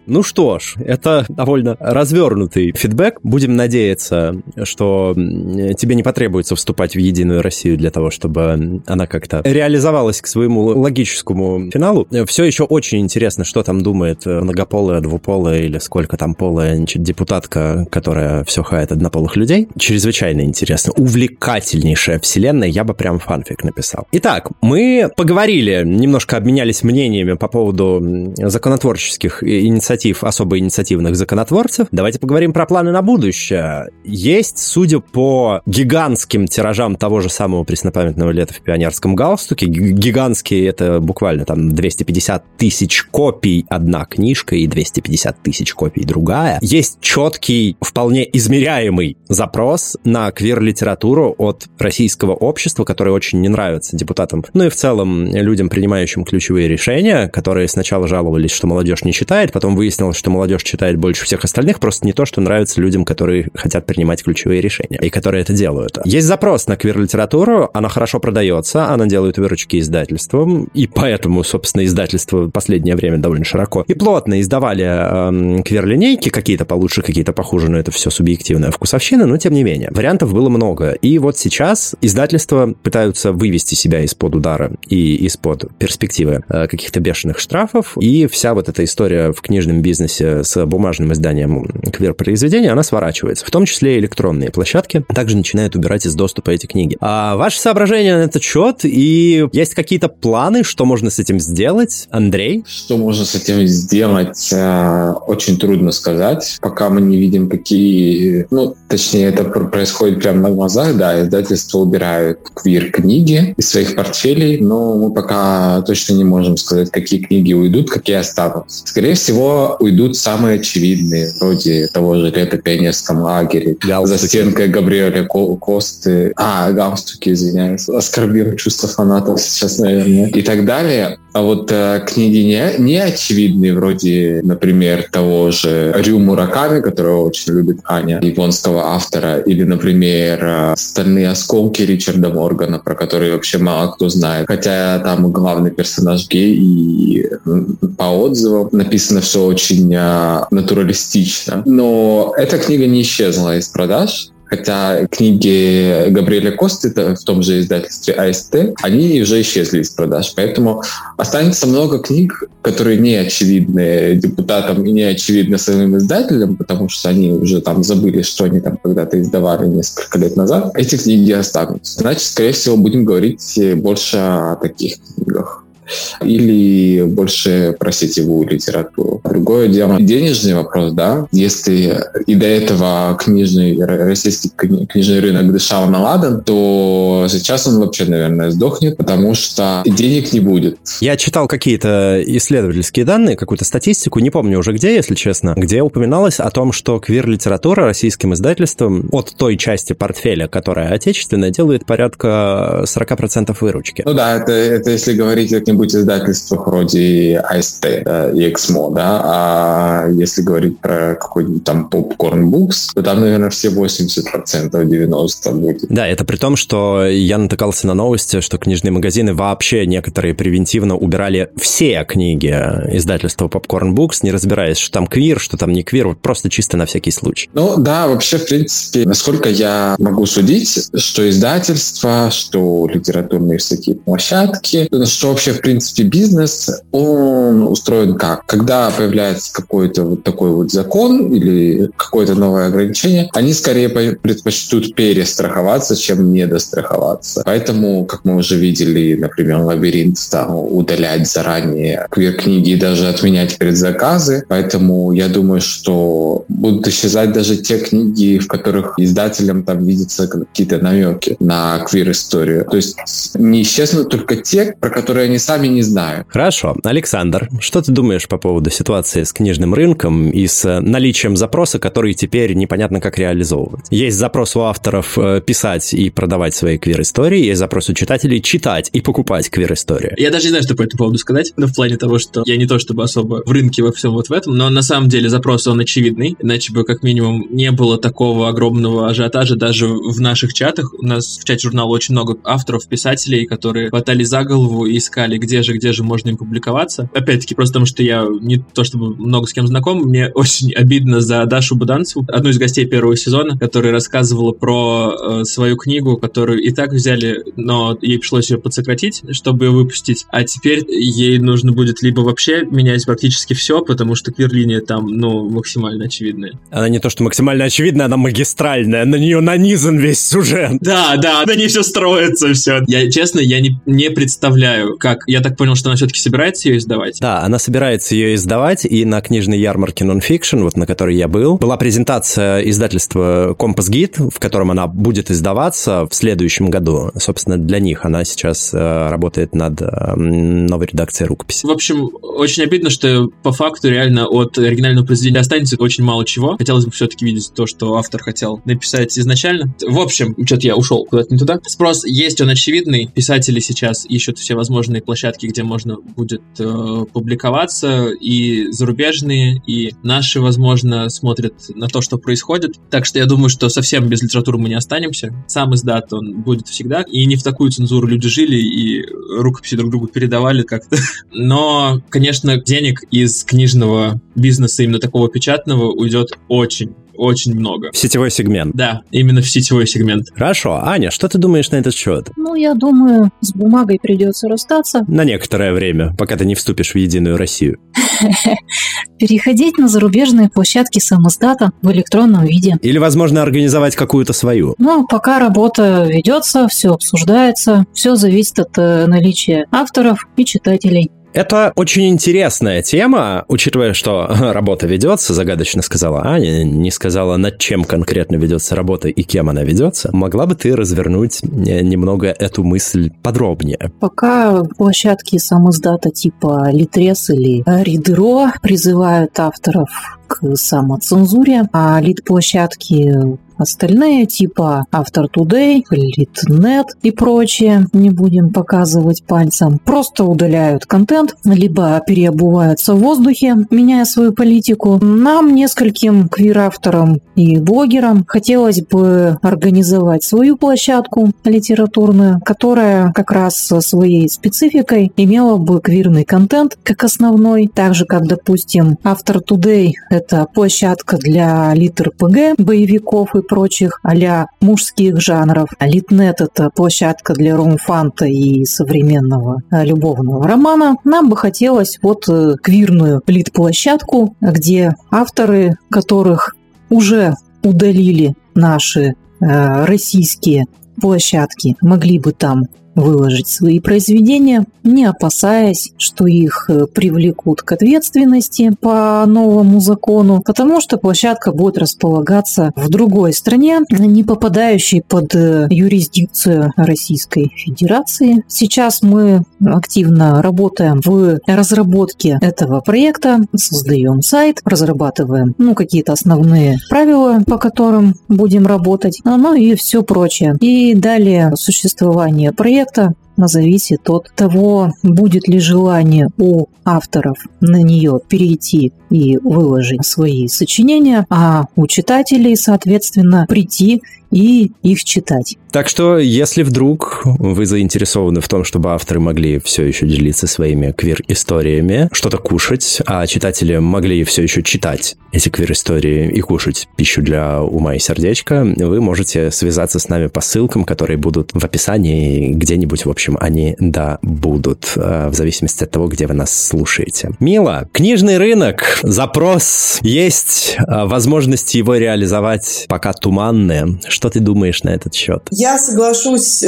Ну что ж, это довольно развернутый фидбэк. Будем надеяться, что тебе не потребуется вступать в Единую Россию для того, чтобы она как-то реализовалась к своему логическому финалу. Все еще очень интересно, что там думает многополая, двуполая или сколько там полая, значит, депутатка, которая все хает однополых людей. Чрезвычайно интересно. Увлекательнейшая вселенная. Я бы прям фанфик написал. Итак, мы поговорили, немножко обменялись мнениями по поводу законотворческих инициатив, особо инициативных законотворцев. Давайте поговорим про планы на будущее. Есть, судя по гигантским тиражам того же самого преснопамятного «Лета в пионерском галстуке», гигантские — это буквально там 250 тысяч копий одна книжка и 250 тысяч копий другая, есть четкий, вполне измеряемый запрос на квир-литературу от российского общества, которое очень не нравится депутатам, ну и в целом людям, принимающим ключевые решения, которые сначала жаловались, что молодежь не читает, потом выяснилось, что молодежь читает больше всех остальных, просто не то, что нравится людям, которые хотят принимать ключевые решения и которые это делают. Есть запрос на квир-литературу, она хорошо продается, она делает выручки издательствам, и поэтому, собственно, издательства в последнее время довольно широко и плотно издавали квир-линейки, какие-то получше, какие-то похуже, но это все субъективная вкусовщина, но тем не менее. Вариантов было много. И вот сейчас издательства пытаются вывести себя из-под удара и из-под перспективы каких-то бешеных штрафов, и вся вот эта история в книжном бизнесе с бумажным изданием квир-произведений, она сворачивается. В том числе и электронные площадки также начинают убирать из доступа эти книги. А ваши соображения на этот счет, и есть какие-то планы, что можно с этим сделать? Андрей? Что можно с этим сделать, очень трудно сказать, пока мы не видим, какие... Ну, точнее, это происходит прямо на глазах, да, издательства убирают квир-книги из своих портфелей, но мы пока точно не можем сказать, какие книги уйдут, какие останутся. Скорее всего, уйдут самые очевидные, вроде того же «Лета в пионерском лагере», «За стенкой» Габриэля Косты, «Галстуки», извиняюсь, оскорбил чувства фанатов сейчас, наверное, и так далее. А вот книги не очевидные, вроде, например, того же Рю Мураками, которого очень любит Аня, японского автора, или, например, «Стальные осколки» Ричарда Моргана, про который вообще мало кто знает. Хотя там главный персонаж гей, и по отзывам написано все очень натуралистично. Но эта книга не исчезла из продаж. Хотя книги Габриэля Косты в том же издательстве АСТ, они уже исчезли из продаж. Поэтому останется много книг, которые не очевидны депутатам и не очевидны самим издателям, потому что они уже там забыли, что они там когда-то издавали несколько лет назад. Эти книги останутся. Значит, скорее всего, будем говорить больше о таких книгах. Или больше про сетевую литературу. Другое дело — денежный вопрос, да. Если и до этого российский книжный рынок дышал на ладан, то сейчас он вообще, наверное, сдохнет, потому что денег не будет. Я читал какие-то исследовательские данные, какую-то статистику, не помню уже где, если честно, где упоминалось о том, что квир-литература российским издательством от той части портфеля, которая отечественная, делает порядка 40% выручки. Ну да, это если говорить о каких-нибудь издательствах вроде АСТ, да, и Эксмо, да, а если говорить про какой-нибудь там Popcorn Books, то там, наверное, все 80%, 90% будет. Да, это при том, что я натыкался на новости, что книжные магазины вообще некоторые превентивно убирали все книги издательства Popcorn Books, не разбираясь, что там квир, что там не квир, просто чисто на всякий случай. Ну да, вообще, в принципе, насколько я могу судить, что издательства, что литературные всякие площадки, что вообще, в принципе, бизнес, он устроен как? Когда появляется какой-то вот такой вот закон или какое-то новое ограничение, они скорее предпочтут перестраховаться, чем недостраховаться. Поэтому, как мы уже видели, например, «Лабиринт» стал удалять заранее квир-книги и даже отменять предзаказы. Поэтому я думаю, что будут исчезать даже те книги, в которых издателям там видятся какие-то намеки на квир-историю. То есть не исчезнут только те, про которые они сами не знают. Хорошо. Александр, что ты думаешь по поводу ситуации с книжным рынком и с наличием запроса, который теперь непонятно как реализовывать? Есть запрос у авторов писать и продавать свои квир-истории, есть запрос у читателей читать и покупать квир-истории. Я даже не знаю, что по этому поводу сказать, но в плане того, что я не то чтобы особо в рынке во всем вот в этом, но на самом деле запрос, он очевидный, иначе бы как минимум не было такого огромного ажиотажа даже в наших чатах. У нас в чате журнала очень много авторов, писателей, которые хватали за голову и искали, где же можно им публиковаться. Опять-таки, просто потому что я не то чтобы много с кем знаком, мне очень обидно за Дашу Буданцеву, одну из гостей первого сезона, которая рассказывала про свою книгу, которую и так взяли, но ей пришлось ее подсократить, чтобы ее выпустить, а теперь ей нужно будет либо вообще менять практически все, потому что квир-линия там, максимально очевидная. Она не то, что максимально очевидная, она магистральная, на нее нанизан весь сюжет. Да, на ней все строится, все. Я не представляю, как. Я так понял, что она все-таки собирается ее издавать. Да, она собирается ее издавать, и на книжной ярмарке Nonfiction, вот на которой я был, была презентация издательства Компас Гид, в котором она будет издаваться в следующем году. Собственно, для них она сейчас работает над новой редакцией рукописи. В общем, очень обидно, что по факту реально от оригинального произведения останется очень мало чего. Хотелось бы все-таки видеть то, что автор хотел написать изначально. В общем, что-то я ушел куда-то не туда. Спрос есть, он очевидный. Писатели сейчас ищут все возможные площадки, где можно будет публиковаться, и зарубежные, и наши, возможно, смотрят на то, что происходит. Так что я думаю, что совсем без литературы мы не останемся. Сам издат, он будет всегда. И не в такую цензуру люди жили, и рукописи друг другу передавали как-то. Но, конечно, денег из книжного бизнеса, именно такого печатного, уйдет очень много. В сетевой сегмент. Да, именно в сетевой сегмент. Хорошо. Аня, что ты думаешь на этот счет? Я думаю, с бумагой придется расстаться. На некоторое время, пока ты не вступишь в Единую Россию. Переходить на зарубежные площадки самоздата в электронном виде. Или, возможно, организовать какую-то свою. Пока работа ведется, все обсуждается, все зависит от наличия авторов и читателей. Это очень интересная тема, учитывая, что работа ведется, загадочно сказала Аня, не сказала, над чем конкретно ведется работа и кем она ведется. Могла бы ты развернуть немного эту мысль подробнее? Пока площадки самоздата типа Литрес или Ридеро призывают авторов к самоцензуре, а лид-площадки остальные, типа Автор Today, Литнет и прочее, не будем показывать пальцем, просто удаляют контент, либо переобуваются в воздухе, меняя свою политику. Нам, нескольким квир-авторам и блогерам, хотелось бы организовать свою площадку литературную, которая как раз со своей спецификой имела бы квирный контент как основной, так же, как, допустим, Автор Today — это площадка для лит-РПГ, боевиков и прочих а-ля мужских жанров. Литнет — это площадка для ромфанта и современного любовного романа. Нам бы хотелось квирную лит-площадку, где авторы, которых уже удалили наши российские площадки, могли бы там выложить свои произведения, не опасаясь, что их привлекут к ответственности по новому закону, потому что площадка будет располагаться в другой стране, не попадающей под юрисдикцию Российской Федерации. Сейчас мы активно работаем в разработке этого проекта, создаем сайт, разрабатываем какие-то основные правила, по которым будем работать, и все прочее. И далее существование проекта зависит от того, будет ли желание у авторов на нее перейти и выложить свои сочинения, а у читателей, соответственно, прийти и их читать. Так что, если вдруг вы заинтересованы в том, чтобы авторы могли все еще делиться своими квир-историями, что-то кушать, а читатели могли все еще читать эти квир-истории и кушать пищу для ума и сердечка, вы можете связаться с нами по ссылкам, которые будут в описании, где-нибудь, в общем, они, будут, в зависимости от того, где вы нас слушаете. Мила, книжный рынок, запрос есть, возможности его реализовать пока туманные. Что ты думаешь на этот счет? Я соглашусь,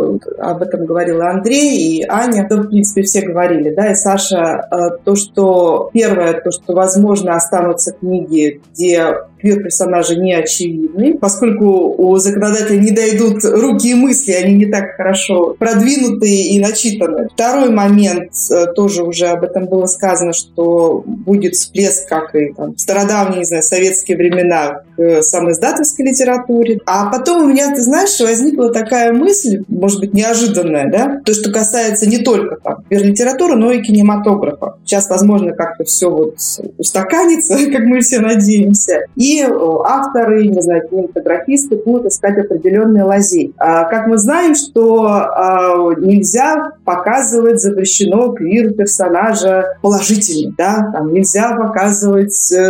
об этом говорила Андрей и Аня, в принципе, все говорили, и Саша, первое, что, возможно, останутся книги, где квир-персонажи не очевидны, поскольку у законодателя не дойдут руки и мысли, они не так хорошо продвинуты и начитаны. Второй момент, тоже уже об этом было сказано, что будет всплеск, как и в стародавние, советские времена, к самоиздательской литературе. А потом у меня, ты знаешь, возникла такая мысль, может быть, неожиданная, то, что касается не только квир-литературы, но и кинематографа. Сейчас, возможно, как-то все устаканится, как мы все надеемся. и авторы, не знаю, кинематографисты будут искать определенные лазейки. Как мы знаем, что нельзя показывать, запрещено квир-персонажа положительно, да, там нельзя показывать,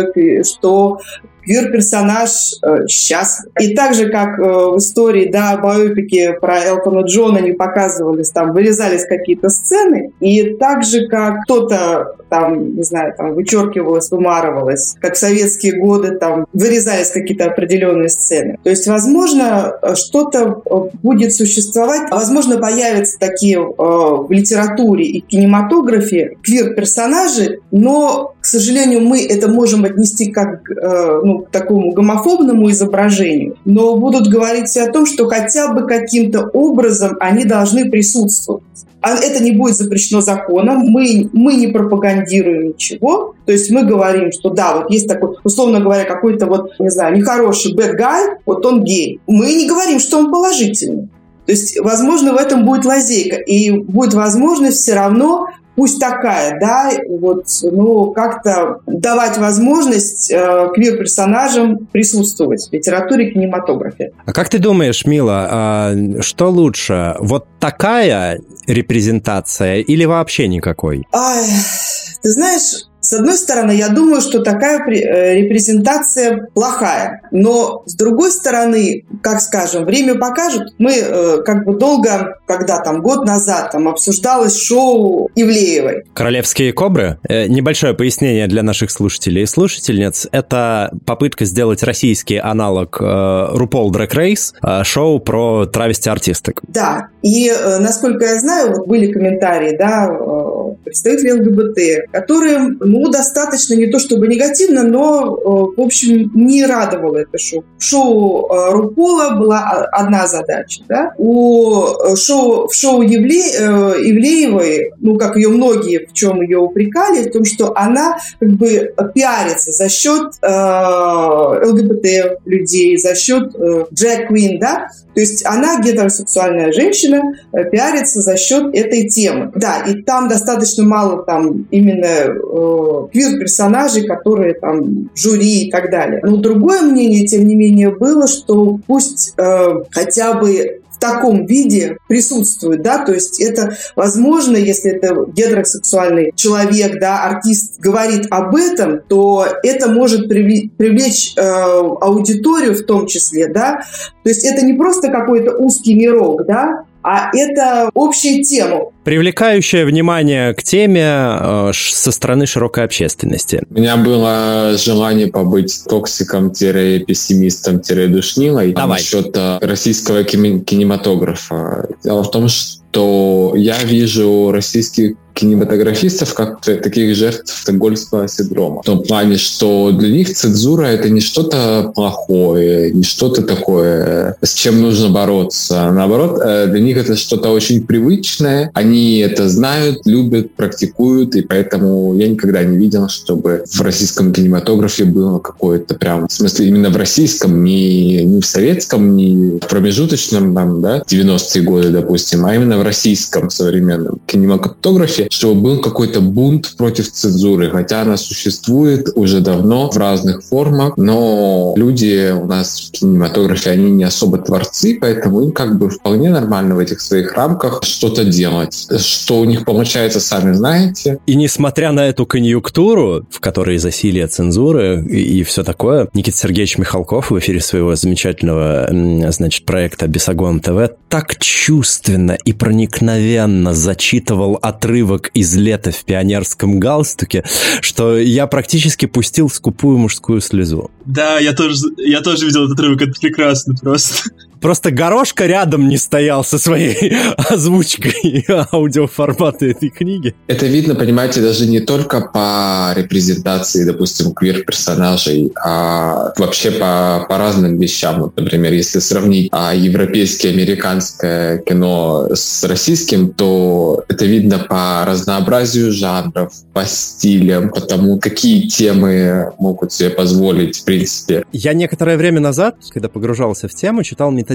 что квир-персонаж счастлив. И так же, как в истории, да, байопике про Элтона Джона не показывались, там вырезались какие-то сцены, и так же, как кто-то там, не знаю, там вычеркивалось, вымарывалось, как в советские годы там вырезались какие-то определенные сцены. То есть, возможно, что-то будет существовать, возможно, появятся такие в литературе и в кинематографе квир-персонажи, но, к сожалению, мы это можем отнести как к такому гомофобному изображению, но будут говорить о том, что хотя бы каким-то образом они должны присутствовать. Это не будет запрещено законом, мы не пропагандируем ничего, то есть мы говорим, что да, вот есть такой, условно говоря, какой-то вот, не знаю, нехороший bad guy, вот он гей. Мы не говорим, что он положительный. То есть, возможно, в этом будет лазейка, и будет возможность все равно, пусть такая, да, вот, как-то давать возможность квир-персонажам присутствовать в литературе и кинематографе. А как ты думаешь, Мила, что лучше, вот такая репрезентация или вообще никакой? Ты знаешь, с одной стороны, я думаю, что такая репрезентация плохая. Но, с другой стороны, как скажем, время покажет. Мы долго, когда там год назад там обсуждалось шоу Ивлеевой. «Королевские кобры». Небольшое пояснение для наших слушателей и слушательниц. Это попытка сделать российский аналог RuPaul Drag Race, шоу про травести-артисток. Да, и, насколько я знаю, вот были комментарии, да, представителей ЛГБТ, которые, достаточно не то чтобы негативно, но, в общем, не радовало это шоу. В шоу Рупола была одна задача, да. В шоу Ивлеевой, как ее многие, в чем ее упрекали, в том, что она как бы пиарится за счет ЛГБТ людей, за счет drag-queen, да. То есть она, гетеросексуальная женщина, пиарится за счет этой темы. Да, и там достаточно мало там именно квир-персонажей, которые там жюри и так далее. Но другое мнение, тем не менее, было, что пусть хотя бы в таком виде присутствует, да, то есть это возможно, если это гетеросексуальный человек, да, артист говорит об этом, то это может привлечь аудиторию в том числе, да, то есть это не просто какой-то узкий мирок, да, а это общая тема. Привлекающее внимание к теме со стороны широкой общественности. У меня было желание побыть токсиком-пессимистом-душнилой насчет российского кинематографа. Дело в том, что я вижу российских кинематографистов как таких жертв стокгольмского синдрома. В том плане, что для них цензура — это не что-то плохое, не что-то такое, с чем нужно бороться. Наоборот, для них это что-то очень привычное. Они это знают, любят, практикуют, и поэтому я никогда не видел, чтобы в российском кинематографе было какое-то прям, в смысле именно в российском, не в советском, не в промежуточном, там, да, 90-е годы, допустим, а именно в российском современном кинематографе, чтобы был какой-то бунт против цензуры, хотя она существует уже давно в разных формах, но люди у нас в кинематографе, они не особо творцы, поэтому им как бы вполне нормально в этих своих рамках что-то делать. Что у них получается, сами знаете. И несмотря на эту конъюнктуру, в которой засилие цензуры и все такое, Никита Сергеевич Михалков в эфире своего замечательного, проекта «Бесогон ТВ» так чувственно и проникновенно зачитывал отрывок из «Лета в пионерском галстуке», что я практически пустил скупую мужскую слезу. Да, я тоже видел этот отрывок, это прекрасно просто. Просто Горошка рядом не стоял со своей озвучкой аудиоформата этой книги. Это видно, понимаете, даже не только по репрезентации, допустим, квир-персонажей, а вообще по разным вещам. Вот, например, если сравнить европейское, американское кино с российским, то это видно по разнообразию жанров, по стилям, по тому, какие темы могут себе позволить, в принципе. Я некоторое время назад, когда погружался в тему, читал методичку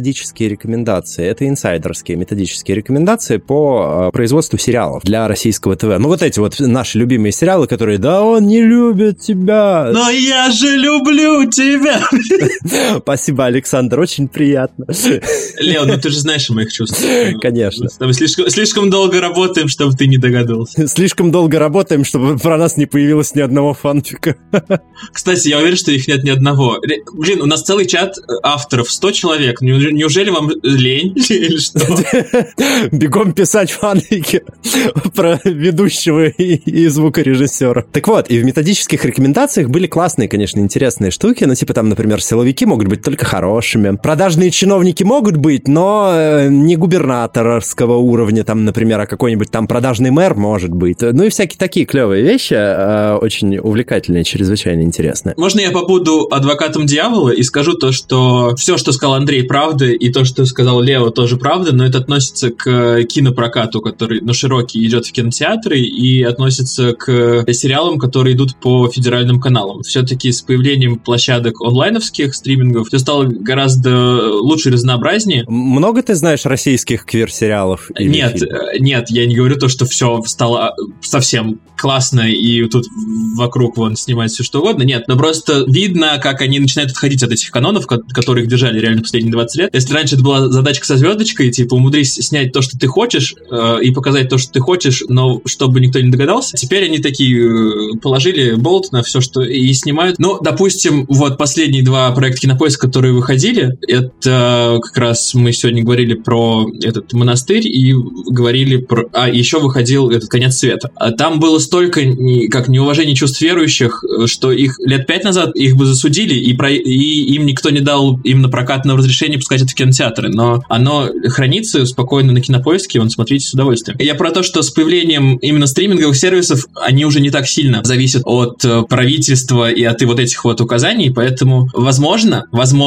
методические рекомендации. Это инсайдерские методические рекомендации по производству сериалов для российского ТВ. Ну, вот эти вот наши любимые сериалы, которые «Да он не любит тебя». Но я же люблю тебя. Спасибо, Александр, очень приятно. Лео, ну ты же знаешь о моих чувствах. Конечно. Мы слишком долго работаем, чтобы ты не догадался. Слишком долго работаем, чтобы про нас не появилось ни одного фанфика. Кстати, я уверен, что их нет ни одного. Блин, у нас целый чат авторов, 100 человек. Неужели вам лень или что? Бегом писать фанфики про ведущего и звукорежиссера. Так вот, и в методических рекомендациях были классные, конечно, интересные штуки. Ну, типа там, например, силовики могут быть только хорошими. Продажные чиновники могут быть, но не губернаторского уровня, там, например, а какой-нибудь там продажный мэр может быть. Ну и всякие такие клевые вещи, очень увлекательные, чрезвычайно интересные. Можно я побуду адвокатом дьявола и скажу то, что все, что сказал Андрей, правда, и то, что сказал Лео, тоже правда, но это относится к кинопрокату, который, ну, широкий, идет в кинотеатры, и относится к сериалам, которые идут по федеральным каналам. Все-таки с появлением площадок онлайновских стримингов все стало гораздо лучше и разнообразнее. Много ты знаешь российских квир-сериалов? Нет, я не говорю то, что все стало совсем классно, и тут вокруг вон снимать все что угодно. Нет, но просто видно, как они начинают отходить от этих канонов, которые их держали реально последние 20 лет. Если раньше это была задачка со звездочкой, типа умудрись снять то, что ты хочешь, и показать то, что ты хочешь, но чтобы никто не догадался, теперь они такие положили болт на все, что и снимают. Ну, допустим, вот последние два проекта Кинопоиска, которые выходили, это как раз мы сегодня говорили про этот монастырь и говорили про... А еще выходил этот «Конец света». А там было столько как неуважения чувств верующих, что их лет 5 назад их бы засудили, и им никто не дал именно прокатного разрешения пускать это в кинотеатры. Но оно хранится спокойно на Кинопоиске, вон, смотрите с удовольствием. Я про то, что с появлением именно стриминговых сервисов они уже не так сильно зависят от правительства и от вот этих вот указаний, поэтому, возможно,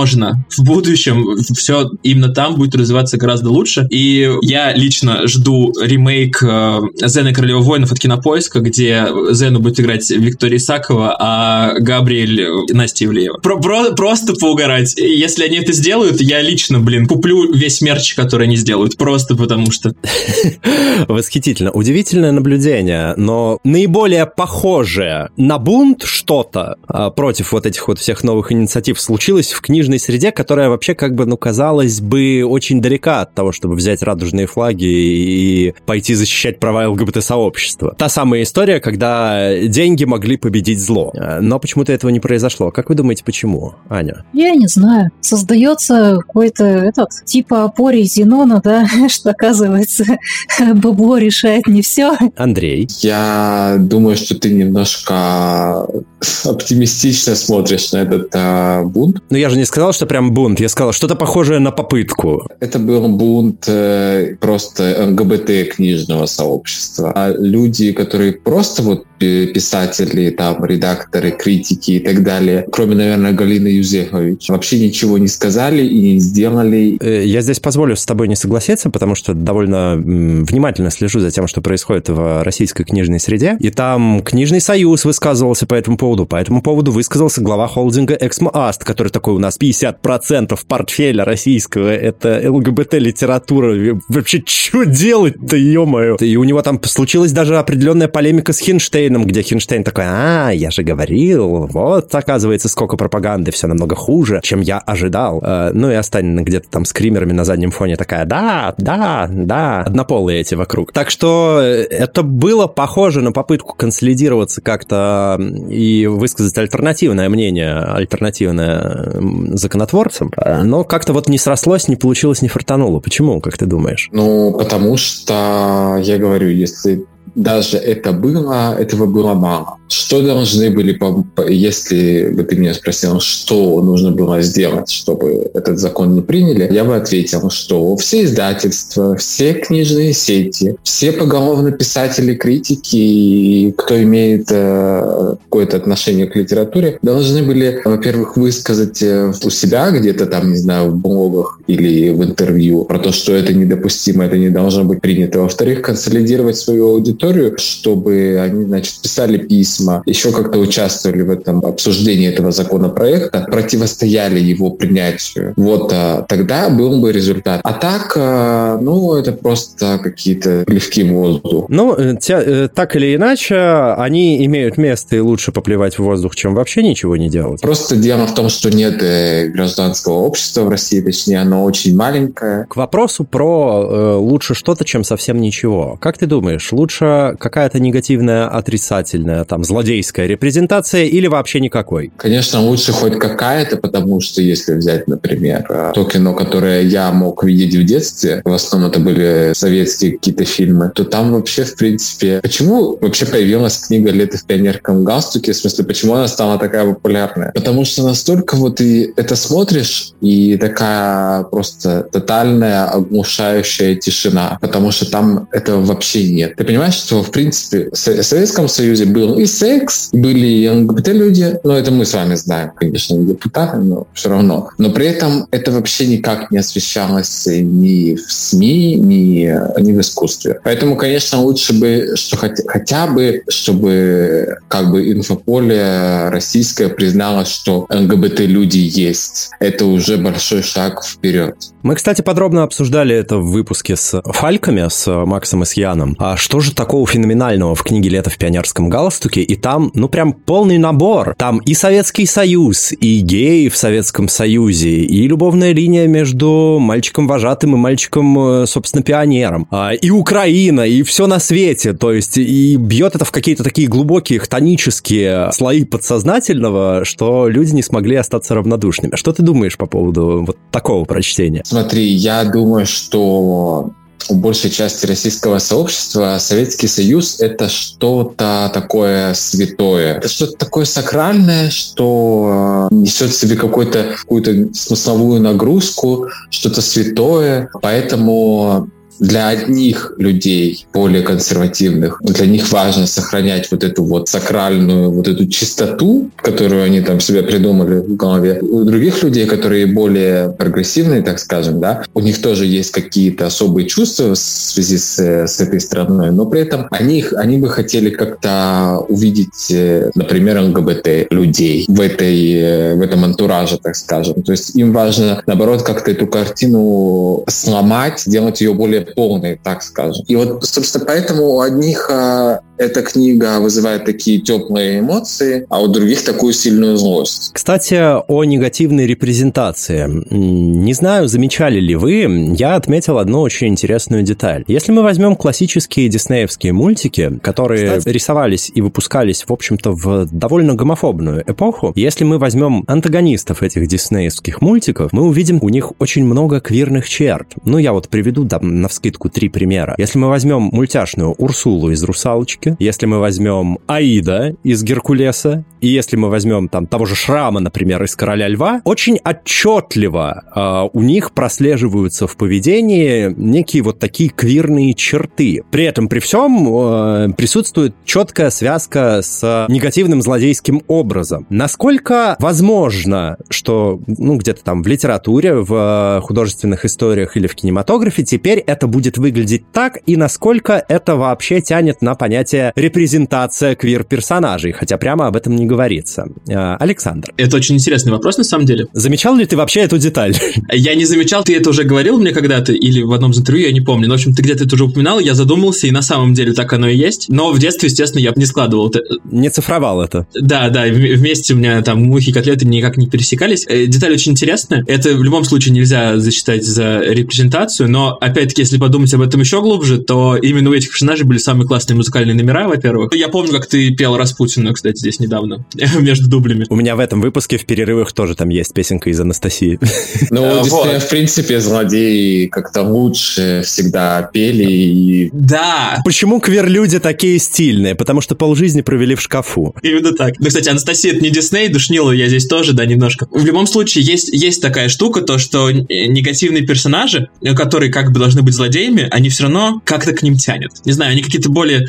в будущем все именно там будет развиваться гораздо лучше. И я лично жду ремейк «Зена и Королева воинов» от Кинопоиска, где Зену будет играть Виктория Исакова, а Габриэль Настя Ивлеева. Просто поугарать. Если они это сделают, я лично, куплю весь мерч, который они сделают. Просто потому что... Восхитительно. Удивительное наблюдение, но наиболее похожее на бунт что-то против вот этих вот всех новых инициатив случилось в книжной среде, которая вообще казалось бы, очень далека от того, чтобы взять радужные флаги и пойти защищать права ЛГБТ-сообщества. Та самая история, когда деньги могли победить зло. Но почему-то этого не произошло. Как вы думаете, почему, Аня? Я не знаю. Создается какой-то типа Апорий Зенона, да, что, оказывается, бабло решает не все. Андрей? Я думаю, что ты немножко оптимистично смотришь на этот бунт. Но я же не сказал, что прям бунт. Я сказал, что-то похожее на попытку. Это был бунт просто ЛГБТ-книжного сообщества. А люди, которые просто писатели, там, редакторы, критики и так далее, кроме, наверное, Галины Юзефович, вообще ничего не сказали и не сделали. Я здесь позволю с тобой не согласиться, потому что довольно внимательно слежу за тем, что происходит в российской книжной среде, и там Книжный союз высказывался по этому поводу. По этому поводу высказался глава холдинга «Эксмо-Аст», который такой: у нас 50% портфеля российского — это ЛГБТ-литература. Вообще, что делать-то, ё-моё? И у него там случилась даже определенная полемика с Хинштейном, где Хинштейн такой: я же говорил, вот, оказывается, сколько пропаганды, все намного хуже, чем я ожидал. Ну и Останина где-то там с скримерами на заднем фоне такая: да, однополые эти вокруг. Так что это было похоже на попытку консолидироваться как-то и высказать альтернативное мнение, альтернативное законотворцам, но как-то не срослось, не получилось, не фартануло. Почему, как ты думаешь? Ну, потому что, я говорю, если даже этого было мало. Что должны были, если бы ты меня спросил, что нужно было сделать, чтобы этот закон не приняли, я бы ответил, что все издательства, все книжные сети, все поголовно писатели, критики и кто имеет какое-то отношение к литературе, должны были, во-первых, высказать у себя где-то там, не знаю, в блогах или в интервью про то, что это недопустимо, это не должно быть принято. Во-вторых, консолидировать свою аудиторию, чтобы они, писали письма феминизма еще как-то участвовали в этом обсуждении этого законопроекта, противостояли его принятию, вот тогда был бы результат. А так, это просто какие-то плевки в воздух. Так или иначе, они имеют место, и лучше поплевать в воздух, чем вообще ничего не делать. Просто дело в том, что нет гражданского общества в России, точнее, оно очень маленькое. К вопросу про лучше что-то, чем совсем ничего. Как ты думаешь, лучше какая-то негативная, отрицательная, злодейская репрезентация или вообще никакой? Конечно, лучше хоть какая-то, потому что если взять, например, то кино, которое я мог видеть в детстве, в основном это были советские какие-то фильмы, то там вообще, в принципе... Почему вообще появилась книга «Лето в пионерском галстуке»? В смысле, почему она стала такая популярная? Потому что настолько ты это смотришь, и такая просто тотальная, оглушающая тишина. Потому что там этого вообще нет. Ты понимаешь, что, в принципе, в Советском Союзе был и секс, были и ЛГБТ-люди, это мы с вами знаем, конечно, не депутаты, но все равно. Но при этом это вообще никак не освещалось ни в СМИ, ни в искусстве. Поэтому, конечно, лучше бы, что хотя бы, чтобы инфополе российское признало, что ЛГБТ-люди есть. Это уже большой шаг вперед. Мы, кстати, подробно обсуждали это в выпуске с Фальками, с Максом и с Яном. А что же такого феноменального в книге «Лето в пионерском галстуке»? И там, прям полный набор. Там и Советский Союз, и геи в Советском Союзе, и любовная линия между мальчиком-вожатым и мальчиком, собственно, пионером. И Украина, и все на свете. То есть, и бьет это в какие-то такие глубокие хтонические слои подсознательного, что люди не смогли остаться равнодушными. Что ты думаешь по поводу вот такого прочтения? Смотри, я думаю, что у большей части российского сообщества Советский Союз — это что-то такое святое. Это что-то такое сакральное, что несет в себе какую-то смысловую нагрузку, что-то святое. Поэтому для одних людей, более консервативных, для них важно сохранять эту сакральную, эту чистоту, которую они там себе придумали в голове. У других людей, которые более прогрессивные, так скажем, у них тоже есть какие-то особые чувства в связи с этой страной, но при этом они бы хотели как-то увидеть, например, ЛГБТ людей в этом антураже, так скажем. То есть им важно, наоборот, как-то эту картину сломать, сделать ее более полной, так скажем. И собственно, поэтому у одних эта книга вызывает такие теплые эмоции, а у других такую сильную злость. Кстати, о негативной репрезентации. Не знаю, замечали ли вы, я отметил одну очень интересную деталь. Если мы возьмем классические диснеевские мультики, которые рисовались и выпускались, в общем-то, в довольно гомофобную эпоху, если мы возьмем антагонистов этих диснеевских мультиков, мы увидим у них очень много квирных черт. Я приведу навскидку 3 примера. Если мы возьмем мультяшную Урсулу из «Русалочки», если мы возьмем Аида из «Геркулеса», и если мы возьмем того же Шрама, например, из «Короля льва», очень отчетливо у них прослеживаются в поведении некие такие квирные черты. При этом, при всем, присутствует четкая связка с негативным злодейским образом. Насколько возможно, что где-то в литературе, в художественных историях или в кинематографе теперь это будет выглядеть так, и насколько это вообще тянет на понятие репрезентация квир-персонажей, хотя прямо об этом не говорится. Александр. Это очень интересный вопрос, на самом деле. Замечал ли ты вообще эту деталь? Я не замечал, ты это уже говорил мне когда-то, или в одном из интервью, я не помню. Но, в общем, ты где-то это уже упоминал, я задумался, и на самом деле так оно и есть. Но в детстве, естественно, я не складывал это. Не цифровал это. Да, вместе у меня мухи и котлеты никак не пересекались. Деталь очень интересная. Это в любом случае нельзя засчитать за репрезентацию, но, опять-таки, если подумать об этом еще глубже, то именно у этих персонажей были самые классные музыкальные номера, во-первых. Я помню, как ты пел Распутина, кстати, здесь недавно, между дублями. У меня в этом выпуске в перерывах тоже там есть песенка из Анастасии. Дисней, в принципе, злодеи как-то лучше всегда пели. Да! Почему квир-люди такие стильные? Потому что полжизни провели в шкафу. Именно так. Кстати, Анастасия — это не Дисней, душнила я здесь тоже, немножко. В любом случае, есть такая штука, то, что негативные персонажи, которые должны быть злодеями, они все равно как-то к ним тянет. Не знаю, они какие-то более человеческие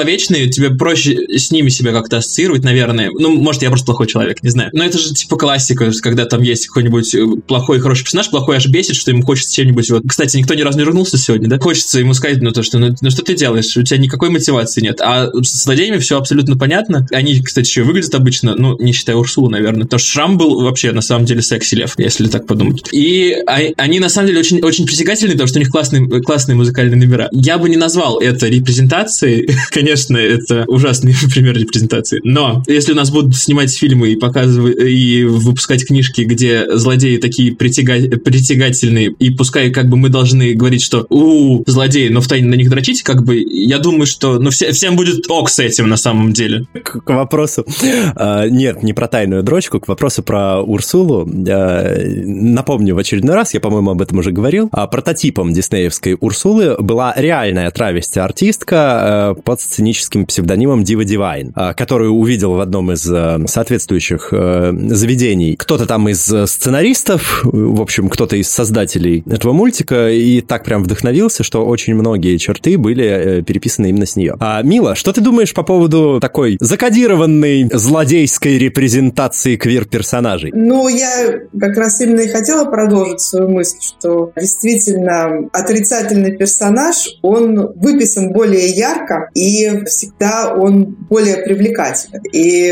человечные, тебе проще с ними себя как-то ассоциировать, наверное. Ну, может, я просто плохой человек, не знаю. Но это же типа классика, когда там есть какой-нибудь плохой и хороший персонаж, плохой аж бесит, что ему хочется чем-нибудь... Вот. Кстати, никто ни разу не ругнулся сегодня, да? Хочется ему сказать, что ты делаешь? У тебя никакой мотивации нет. А с злодеями все абсолютно понятно. Они, кстати, еще выглядят обычно, не считая Урсулу, наверное. Потому что Шрам был вообще, на самом деле, секси-лев, если так подумать. И они, на самом деле, очень, очень притягательные, потому что у них классные музыкальные номера. Я бы не назвал это репрезентацией. Конечно, это ужасный пример репрезентации. Но если у нас будут снимать фильмы и показывать, и выпускать книжки, где злодеи такие притягательные, и пускай как бы мы должны говорить, что злодеи, но втайне на них дрочить, как бы, я думаю, что всем будет ок с этим на самом деле. К вопросу... Нет, не про тайную дрочку, к вопросу про Урсулу. Напомню в очередной раз, я, по-моему, об этом уже говорил. Прототипом диснеевской Урсулы была реальная травести-артистка под сценическим псевдонимом Дива Дивайн, которую увидел в одном из соответствующих заведений кто-то там из сценаристов, в общем, кто-то из создателей этого мультика, и так прям вдохновился, что очень многие черты были переписаны именно с нее. Мила, что ты думаешь по поводу такой закодированной злодейской репрезентации квир-персонажей? Я как раз именно и хотела продолжить свою мысль, что действительно отрицательный персонаж, он выписан более ярко, и всегда он более привлекателен. И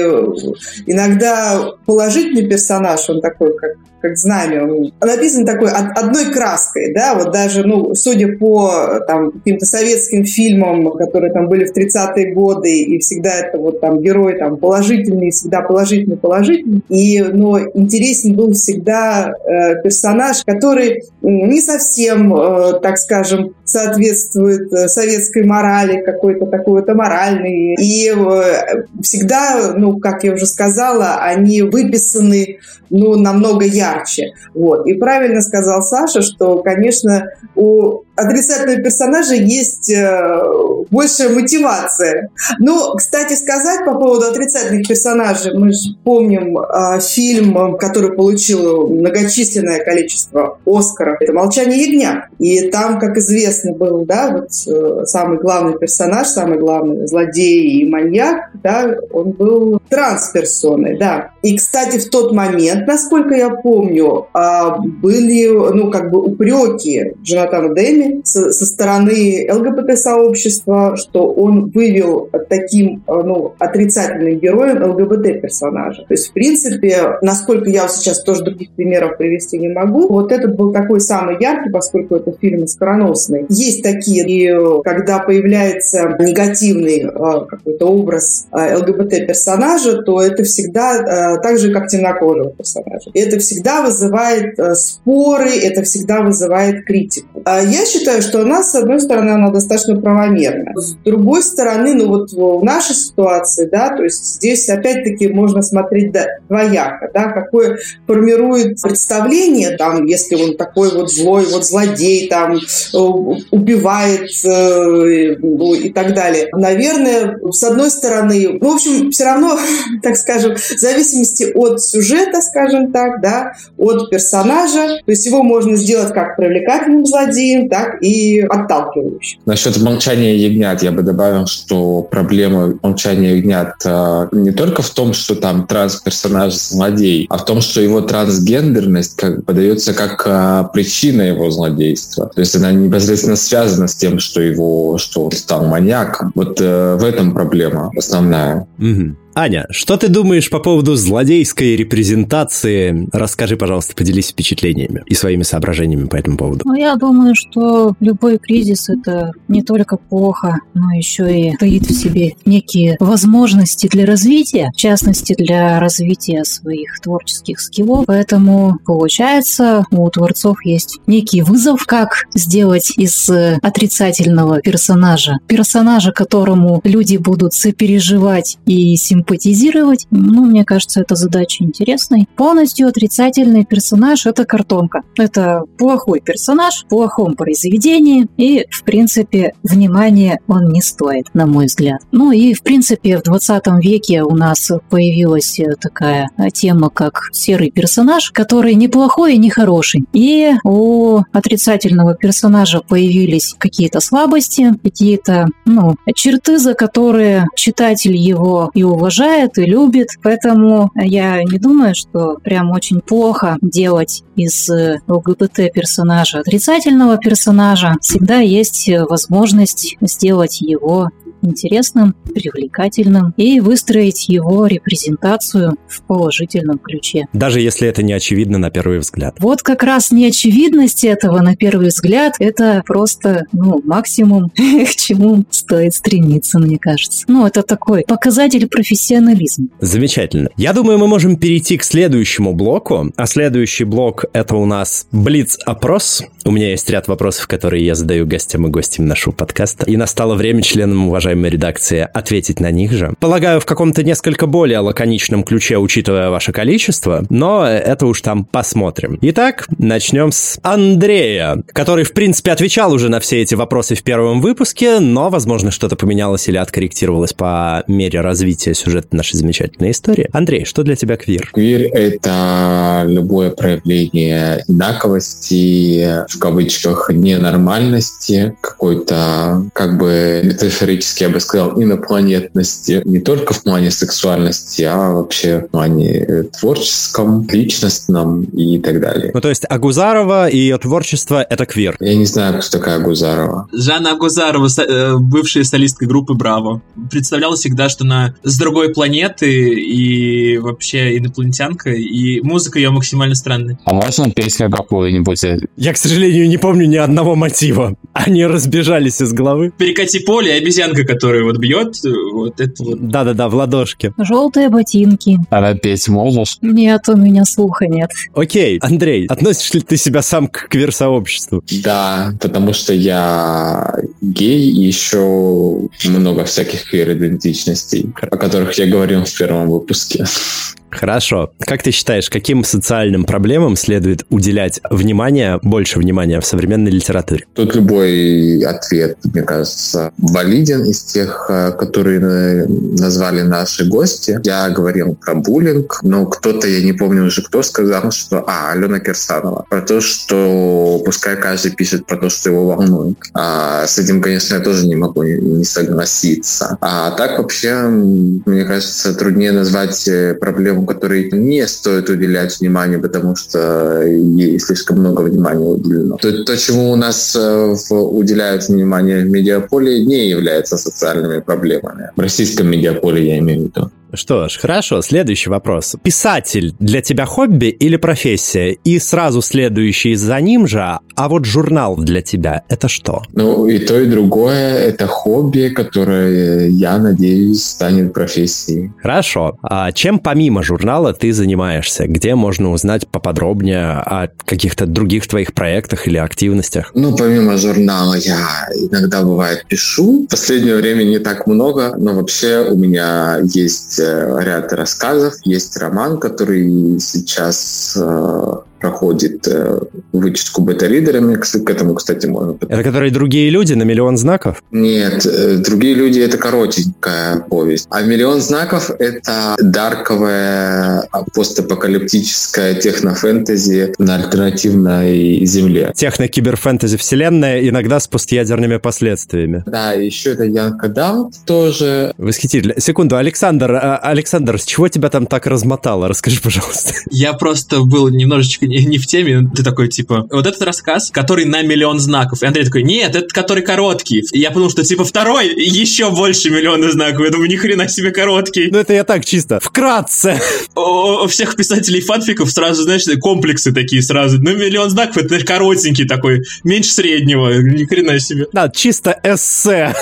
иногда положительный персонаж, он такой, как знамя, он написан такой одной краской, да, вот даже, судя по каким-то советским фильмам, которые там были в 30-е годы, и всегда это вот там герой там положительный, всегда положительный, но интересен был всегда персонаж, который не совсем, так скажем, соответствует советской морали, какой-то такой вот аморальный, и всегда, как я уже сказала, они выписаны намного ярче. Вот. И правильно сказал Саша, что, конечно, у отрицательного персонажа есть большая мотивация. Кстати сказать, по поводу отрицательных персонажей, мы же помним фильм, который получил многочисленное количество Оскаров. Это «Молчание ягнят». И там, как известно, был, самый главный персонаж, самый главный злодей и маньяк, он был трансперсоной, да. И, кстати, в тот момент, насколько я помню, были, упреки Джонатану Демме со стороны ЛГБТ-сообщества, что он вывел таким, отрицательным героем ЛГБТ-персонажа. То есть, в принципе, насколько я сейчас тоже других примеров привести не могу, вот этот был такой самый яркий, поскольку это фильм оскароносный. Есть такие, и когда появляется негативный какой-то образ ЛГБТ-персонажа, то это всегда так же, как темнокожего персонажа. И это всегда вызывает споры, это всегда вызывает критику. Я считаю, что она, с одной стороны, она достаточно правомерна. С другой стороны, в нашей ситуации, то есть здесь опять-таки можно смотреть двояко, какое формирует представление, если он такой вот злой, злодей, убивает и так далее. Наверное, с одной стороны, в общем, все равно, так скажем, в зависимости от сюжета, скажем так, от персонажа, то есть его можно сделать как привлекательным злодеем, так и отталкивающим. Насчет «Молчания ягнят» я бы добавил, что проблема «Молчания ягнят» не только в том, что там транс-персонаж злодей, а в том, что его трансгендерность подается как причина его злодейства. То есть она непосредственно связана с тем, что он стал маньяком. Вот в этом проблема основная. Угу. Аня, что ты думаешь по поводу злодейской репрезентации? Расскажи, пожалуйста, поделись впечатлениями и своими соображениями по этому поводу. Я думаю, что любой кризис – это не только плохо, но еще и таит в себе некие возможности для развития, в частности, для развития своих творческих скиллов. Поэтому, получается, у творцов есть некий вызов, как сделать из отрицательного персонажа, которому люди будут сопереживать и симпатизировать, симпатизировать. Мне кажется, эта задача интересной. Полностью отрицательный персонаж — это картонка. Это плохой персонаж в плохом произведении, и, в принципе, внимания он не стоит, на мой взгляд. И, в принципе, в 20 веке у нас появилась такая тема, как серый персонаж, который не плохой и не хороший. И у отрицательного персонажа появились какие-то слабости, какие-то, черты, за которые читатель его и уважает, и любит. Поэтому я не думаю, что прям очень плохо делать из ЛГБТ-персонажа отрицательного персонажа. Всегда есть возможность сделать его интересным, привлекательным и выстроить его репрезентацию в положительном ключе. Даже если это не очевидно на первый взгляд. Вот как раз неочевидность этого на первый взгляд — это просто, максимум, к чему стоит стремиться, мне кажется. Это такой показатель профессионализма. Замечательно. Я думаю, мы можем перейти к следующему блоку. А следующий блок — это у нас Блиц-опрос. У меня есть ряд вопросов, которые я задаю гостям и гостям нашего подкаста. И настало время членам уважаемой редакции ответить на них же. Полагаю, в каком-то несколько более лаконичном ключе, учитывая ваше количество, но это уж там посмотрим. Итак, начнем с Андрея, который, в принципе, отвечал уже на все эти вопросы в первом выпуске, но, возможно, что-то поменялось или откорректировалось по мере развития сюжета нашей замечательной истории. Андрей, что для тебя квир? Квир — это любое проявление инаковости, в кавычках, ненормальности, какой-то, метафорически, я бы сказал, инопланетности, не только в плане сексуальности, а вообще в плане творческом, личностном и так далее. То есть Агузарова и ее творчество — это квир? Я не знаю, кто такая Агузарова. Жанна Агузарова, бывшая солистка группы «Браво». Представляла всегда, что она с другой планеты и вообще инопланетянка, и музыка ее максимально странная. А можно песню какую-нибудь? Я, к сожалению, не помню ни одного мотива. Они разбежались из головы. «Перекати поле», обезьянка, которая бьет, это вот. Да-да-да, в ладошки. Желтые ботинки. А петь можешь? Нет, у меня слуха нет. Окей, Андрей, относишь ли ты себя сам к квир-сообществу? Да, потому что я гей, и еще много всяких квир-идентичностей, о которых я говорил в первом выпуске. Хорошо. Как ты считаешь, каким социальным проблемам следует уделять больше внимания в современной литературе? Тут любой ответ, мне кажется, валиден из тех, которые назвали наши гости. Я говорил про буллинг, но кто-то, я не помню уже кто, сказал, что Алена Кирсанова. Про то, что пускай каждый пишет про то, что его волнует. С этим, конечно, я тоже не могу не согласиться. А так вообще, мне кажется, труднее назвать проблему, которой не стоит уделять внимание, потому что ей слишком много внимания уделено. То, чему у нас уделяют внимание в медиаполе, не является социальными проблемами. В российском медиаполе я имею в виду. Что ж, хорошо, следующий вопрос. Писатель для тебя хобби или профессия? И сразу следующий за ним же, а вот журнал для тебя — это что? И то, и другое — это хобби, которое, я надеюсь, станет профессией. Хорошо. А чем помимо журнала ты занимаешься? Где можно узнать поподробнее о каких-то других твоих проектах или активностях? Помимо журнала я иногда, бывает, пишу. В последнее время не так много, но вообще у меня есть ряд рассказов, есть роман, который сейчас проходит вычетку бета-ридерами. К этому, кстати, можно... Это которые другие люди на 1 000 000 знаков? Нет, другие люди — это коротенькая повесть. А 1 000 000 знаков — это дарковая постапокалиптическая технофэнтези на альтернативной земле. Техно-киберфэнтези вселенная, иногда с постъядерными последствиями. Да, еще это Янка Даун тоже. Восхитительно. Секунду, Александр, с чего тебя там так размотало? Расскажи, пожалуйста. Я просто был немножечко не в теме. Ты такой, вот этот рассказ, который на 1 000 000 знаков. И Андрей такой, нет, это который короткий. И я подумал, что второй еще больше 1 000 000 знаков. Я думаю, ни хрена себе короткий. Это я так чисто. Вкратце. У всех писателей фанфиков сразу, знаешь, комплексы такие сразу. 1 000 000 знаков, это коротенький такой, меньше среднего. Ни хрена себе. Да, чисто эссе.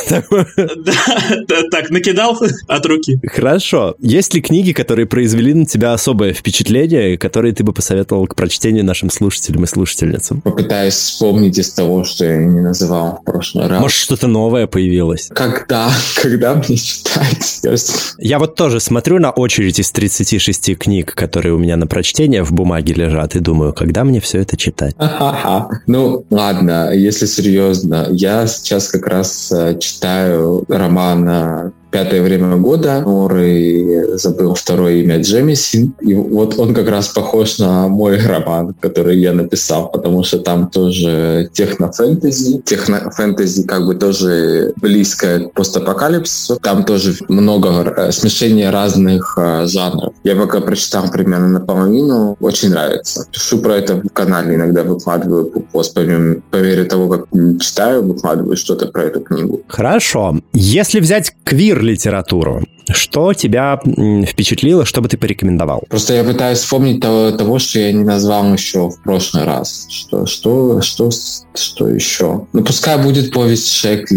Да, так, накидал от руки. Хорошо. Есть ли книги, которые произвели на тебя особое впечатление, которые ты бы посоветовал к прочтению прочтение нашим слушателям и слушательницам. Попытаюсь вспомнить из того, что я не называл в прошлый раз. Может, что-то новое появилось? Когда мне читать? Я вот тоже смотрю на очередь из 36 книг, которые у меня на прочтение в бумаге лежат, и думаю, когда мне все это читать? Ну, ладно, если серьезно, я сейчас как раз читаю роман «Пятое время года», который забыл второе имя Джемиси. И вот он как раз похож на мой роман, который я написал, потому что там тоже технофэнтези. Технофэнтези как бы тоже близко к постапокалипсису. Там тоже много смешения разных жанров. Я пока прочитал примерно наполовину. Очень нравится. Пишу про это в канале. Иногда выкладываю пост по мере того, как читаю, выкладываю что-то про эту книгу. Хорошо. Если взять квир-литературу, что тебя впечатлило, что бы ты порекомендовал? Просто я пытаюсь вспомнить того, что я не назвал еще в прошлый раз. Что еще? Ну, пускай будет повесть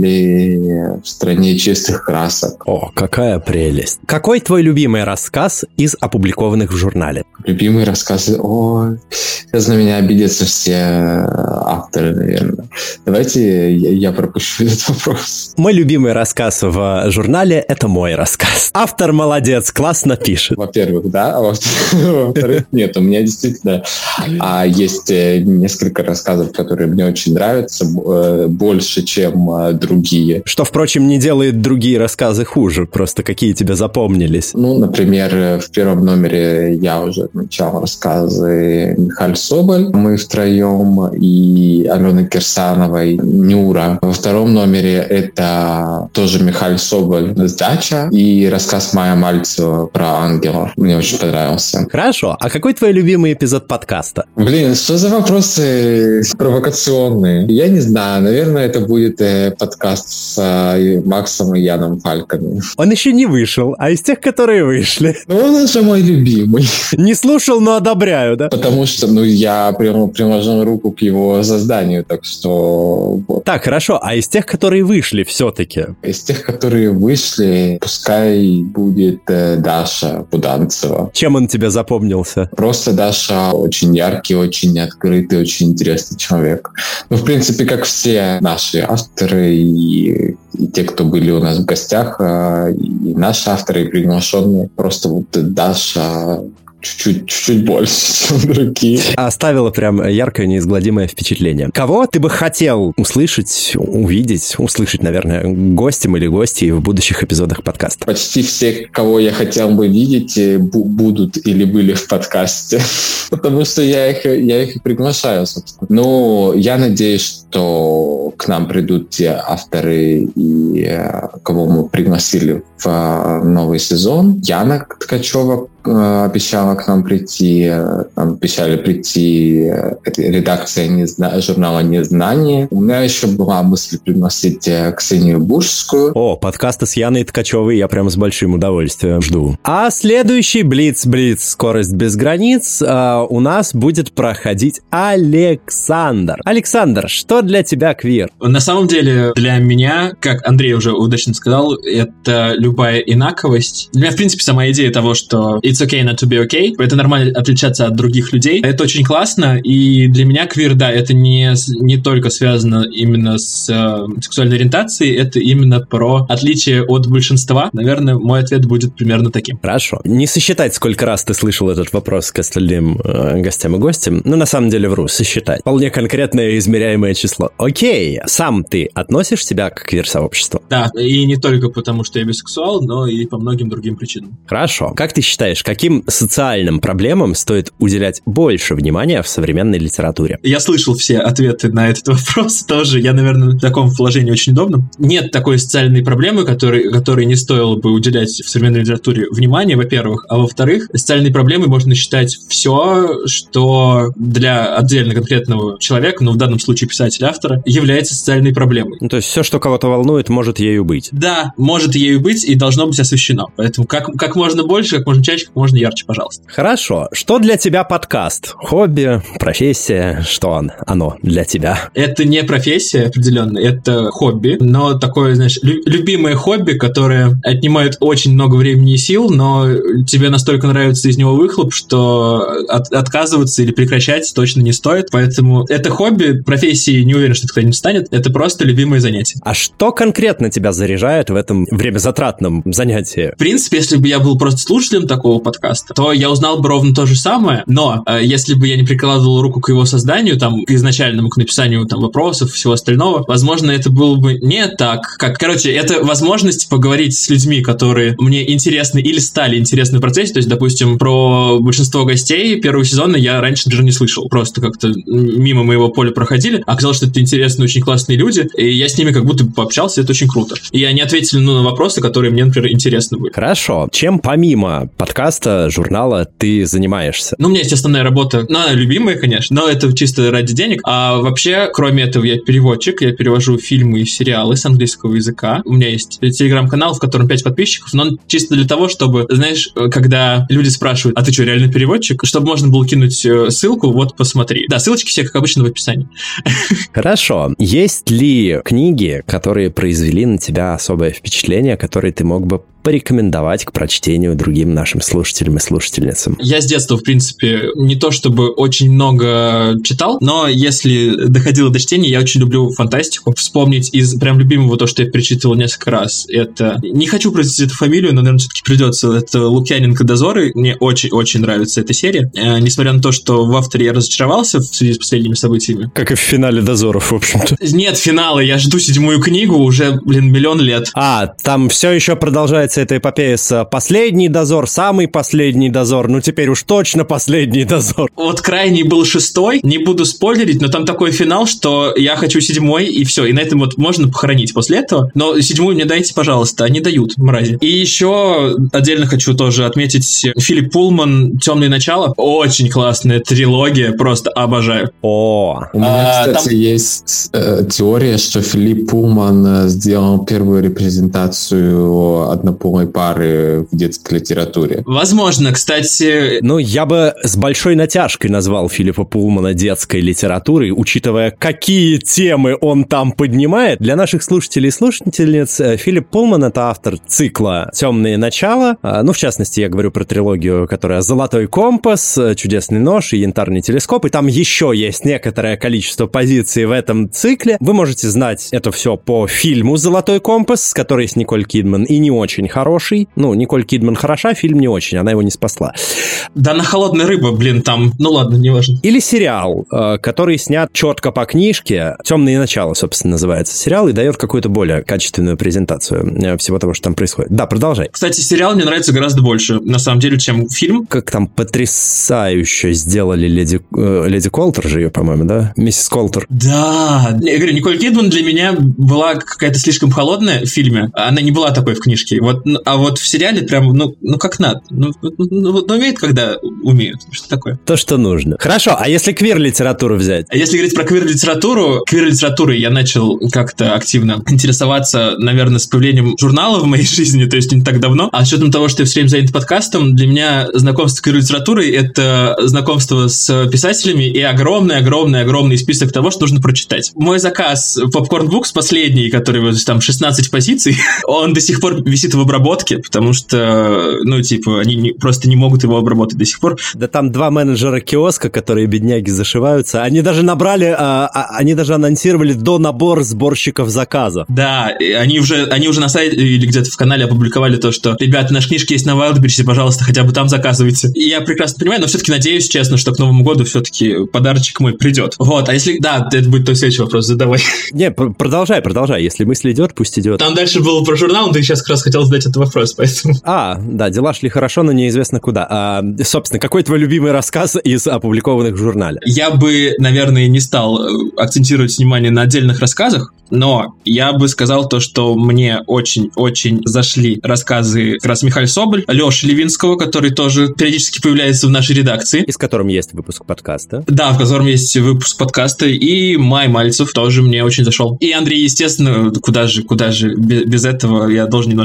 Шекли «В стране чистых красок». О, какая прелесть. Какой твой любимый рассказ из опубликованных в журнале? Любимый рассказ? О, сейчас на меня обидятся все авторы, наверное. Давайте я пропущу этот вопрос. Мой любимый рассказ в журнале – это мой рассказ. Автор молодец, классно пишет. Во-первых, да. А во-вторых, нет, у меня действительно есть несколько рассказов, которые мне очень нравятся, больше, чем другие. Что, впрочем, не делает другие рассказы хуже, просто какие тебе запомнились. Ну, например, в первом номере я уже отмечал рассказы Михаль Соболь, мы втроем, и Алены Кирсановой «Нюра». Во втором номере это тоже Михаль Соболь «Сдача» и рассказ Майя Мальцева про ангела. Мне очень понравился. Хорошо. А какой твой любимый эпизод подкаста? Блин, что за вопросы провокационные? Я не знаю. Наверное, это будет подкаст с Максом и Яном Фальками. Он еще не вышел, а из тех, которые вышли. Ну, он же мой любимый. Не слушал, но одобряю, да? Потому что, я приложил руку к его созданию, так что... Вот. Так, хорошо. А из тех, которые вышли все-таки? Из тех, которые вышли, пускай будет Даша Буданцева. Чем он тебе запомнился? Просто Даша очень яркий, очень открытый, очень интересный человек. Ну, в принципе, как все наши авторы и те, кто были у нас в гостях, и наши авторы, и приглашенные. Просто вот Даша... Чуть-чуть больше, чем другие. Оставила прям яркое, неизгладимое впечатление. Кого ты бы хотел услышать, наверное, гостем или гостьей в будущих эпизодах подкаста? Почти все, кого я хотел бы видеть, будут или были в подкасте. Потому что я их приглашаю, собственно. Но я надеюсь, что к нам придут те авторы, кого мы пригласили в новый сезон. Яна Ткачева обещала к нам прийти, обещали прийти редакция журнала «Незнание». У меня еще была мысль пригласить Ксению Бужскую. О, подкасты с Яной Ткачевой я прям с большим удовольствием жду. А следующий Блиц, скорость без границ, у нас будет проходить Александр. Александр, что для тебя квир? На самом деле, для меня, как Андрей уже удачно сказал, это любая инаковость. Для меня, в принципе, сама идея того, что it's okay not to be okay, это нормально отличаться от других людей. Это очень классно, и для меня квир, да, это не только связано именно с сексуальной ориентацией, это именно про отличие от большинства. Наверное, мой ответ будет примерно таким. Хорошо. Не сосчитать, сколько раз ты слышал этот вопрос к остальным гостям и гостям, но на самом деле вру, сосчитать. Вполне конкретное измеряемое число. Окей, сам ты относишь себя к квир-сообществу? Да, и не только потому, что я бисексуал, но и по многим другим причинам. Хорошо. Как ты считаешь, каким социальным проблемам стоит уделять больше внимания в современной литературе? Я слышал все ответы на этот вопрос тоже. Я, наверное, в таком положении очень удобном. Нет такой социальной проблемы, которой не стоило бы уделять в современной литературе внимание, во-первых. А во-вторых, социальной проблемой можно считать все, что для отдельно конкретного человека, ну, в данном случае писателя-автора, является социальной проблемой. Ну, то есть все, что кого-то волнует, может ею быть. Да, может ею быть и должно быть освещено. Поэтому как можно больше, как можно чаще, можно ярче, пожалуйста. Хорошо. Что для тебя подкаст? Хобби, профессия? Что оно для тебя? Это не профессия определенно, это хобби, но такое, знаешь, любимое хобби, которое отнимает очень много времени и сил, но тебе настолько нравится из него выхлоп, что отказываться или прекращать точно не стоит. Поэтому это хобби, профессии не уверен, что это кто-нибудь станет, это просто любимое занятие. А что конкретно тебя заряжает в этом времязатратном занятии? В принципе, если бы я был просто слушателем такого подкаста, то я узнал бы ровно то же самое, но если бы я не прикладывал руку к его созданию, там, к изначальному, к написанию там вопросов, всего остального, возможно, это было бы не так, как... Короче, это возможность поговорить с людьми, которые мне интересны или стали интересны в процессе, то есть, допустим, про большинство гостей первого сезона я раньше даже не слышал, просто как-то мимо моего поля проходили, оказалось, что это интересные, очень классные люди, и я с ними как будто бы пообщался, это очень круто. И они ответили, на вопросы, которые мне, например, интересны были. Хорошо. Чем помимо подкаста, журнала ты занимаешься? У меня есть основная работа, она любимая, конечно, но это чисто ради денег. А вообще, кроме этого, я переводчик, я перевожу фильмы и сериалы с английского языка. У меня есть телеграм-канал, в котором 5 подписчиков, но он чисто для того, чтобы, знаешь, когда люди спрашивают, а ты что, реально переводчик? Чтобы можно было кинуть ссылку, вот посмотри. Да, ссылочки все, как обычно, в описании. Хорошо. Есть ли книги, которые произвели на тебя особое впечатление, которые ты мог бы порекомендовать к прочтению другим нашим слушателям и слушательницам? Я с детства, в принципе, не то чтобы очень много читал, но если доходило до чтения, я очень люблю фантастику. Вспомнить из прям любимого то, что я перечитывал несколько раз, это... Не хочу произнести эту фамилию, но, наверное, все-таки придется. Это «Лукьяненко. Дозоры». Мне очень-очень нравится эта серия. Несмотря на то, что в авторе я разочаровался в связи с последними событиями. Как и в финале «Дозоров», в общем-то. Нет финала, я жду 7-ю книгу уже, миллион лет. Там все еще продолжается эта эпопея с «Последний дозор», «Самый последний дозор», ну теперь уж точно «Последний дозор». Вот крайний был 6-й, не буду спойлерить, но там такой финал, что я хочу 7-й, и все, и на этом вот можно похоронить после этого, но 7-ю мне дайте, пожалуйста, они дают, мрази. И еще отдельно хочу тоже отметить Филипп Пулман «Темные начала», очень классная трилогия, просто обожаю. У меня, кстати, есть теория, что Филипп Пулман сделал первую репрезентацию однополой пары в детской литературе. Возможно, кстати... Я бы с большой натяжкой назвал Филиппа Пулмана детской литературой, учитывая, какие темы он там поднимает. Для наших слушателей и слушательниц Филипп Пулман — это автор цикла «Темные начала». В частности, я говорю про трилогию, которая «Золотой компас», «Чудесный нож» и «Янтарный телескоп». И там еще есть некоторое количество позиций в этом цикле. Вы можете знать это все по фильму «Золотой компас», который с Николь Кидман и не очень хороший. Николь Кидман хороша, фильм не очень, она его не спасла. Да, на «Холодная рыба», там, ладно, неважно. Или сериал, который снят четко по книжке, «Темные начала», собственно, называется сериал, и дает какую-то более качественную презентацию всего того, что там происходит. Да, продолжай. Кстати, сериал мне нравится гораздо больше, на самом деле, чем фильм. Как там потрясающе сделали Леди Колтер же ее, по-моему, да? Миссис Колтер. Да, я говорю, Николь Кидман для меня была какая-то слишком холодная в фильме, она не была такой в книжке. А вот в сериале прям, как надо. Умеют, когда умеют. Что такое? То, что нужно. Хорошо, а если квир-литературу взять? А если говорить про квир-литературой я начал как-то активно интересоваться, наверное, с появлением журнала в моей жизни, то есть не так давно. А с учетом того, что я все время занят подкастом, для меня знакомство с квир-литературой — это знакомство с писателями и огромный список того, что нужно прочитать. Мой заказ Popcorn Books последний, который там 16 позиций, он до сих пор висит в обработке, потому что, они просто не могут его обработать до сих пор. Да там 2 менеджера киоска, которые, бедняги, зашиваются. Они даже они даже анонсировали донабор сборщиков заказов. Да, они уже на сайте или где-то в канале опубликовали то, что, ребята, наши книжки есть на Wildberries, пожалуйста, хотя бы там заказывайте. И я прекрасно понимаю, но все-таки надеюсь, честно, что к Новому году все-таки подарочек мой придет. А если... Да, это будет твой следующий вопрос, задавай. Не, продолжай. Если мысль идет, пусть идет. Там дальше было про журнал, но ты сейчас как раз хотел задать этот вопрос, поэтому... Да, дела шли хорошо, но неизвестно куда. Собственно, какой твой любимый рассказ из опубликованных в журнале? Я бы, наверное, не стал акцентировать внимание на отдельных рассказах, но я бы сказал то, что мне очень-очень зашли рассказы как раз Михаила Соболь, Лёши Левинского, который тоже периодически появляется в нашей редакции. И с которым есть выпуск подкаста. Да, в котором есть выпуск подкаста. И Май Мальцев тоже мне очень зашел. И Андрей, естественно, куда же без этого, я должен немножечко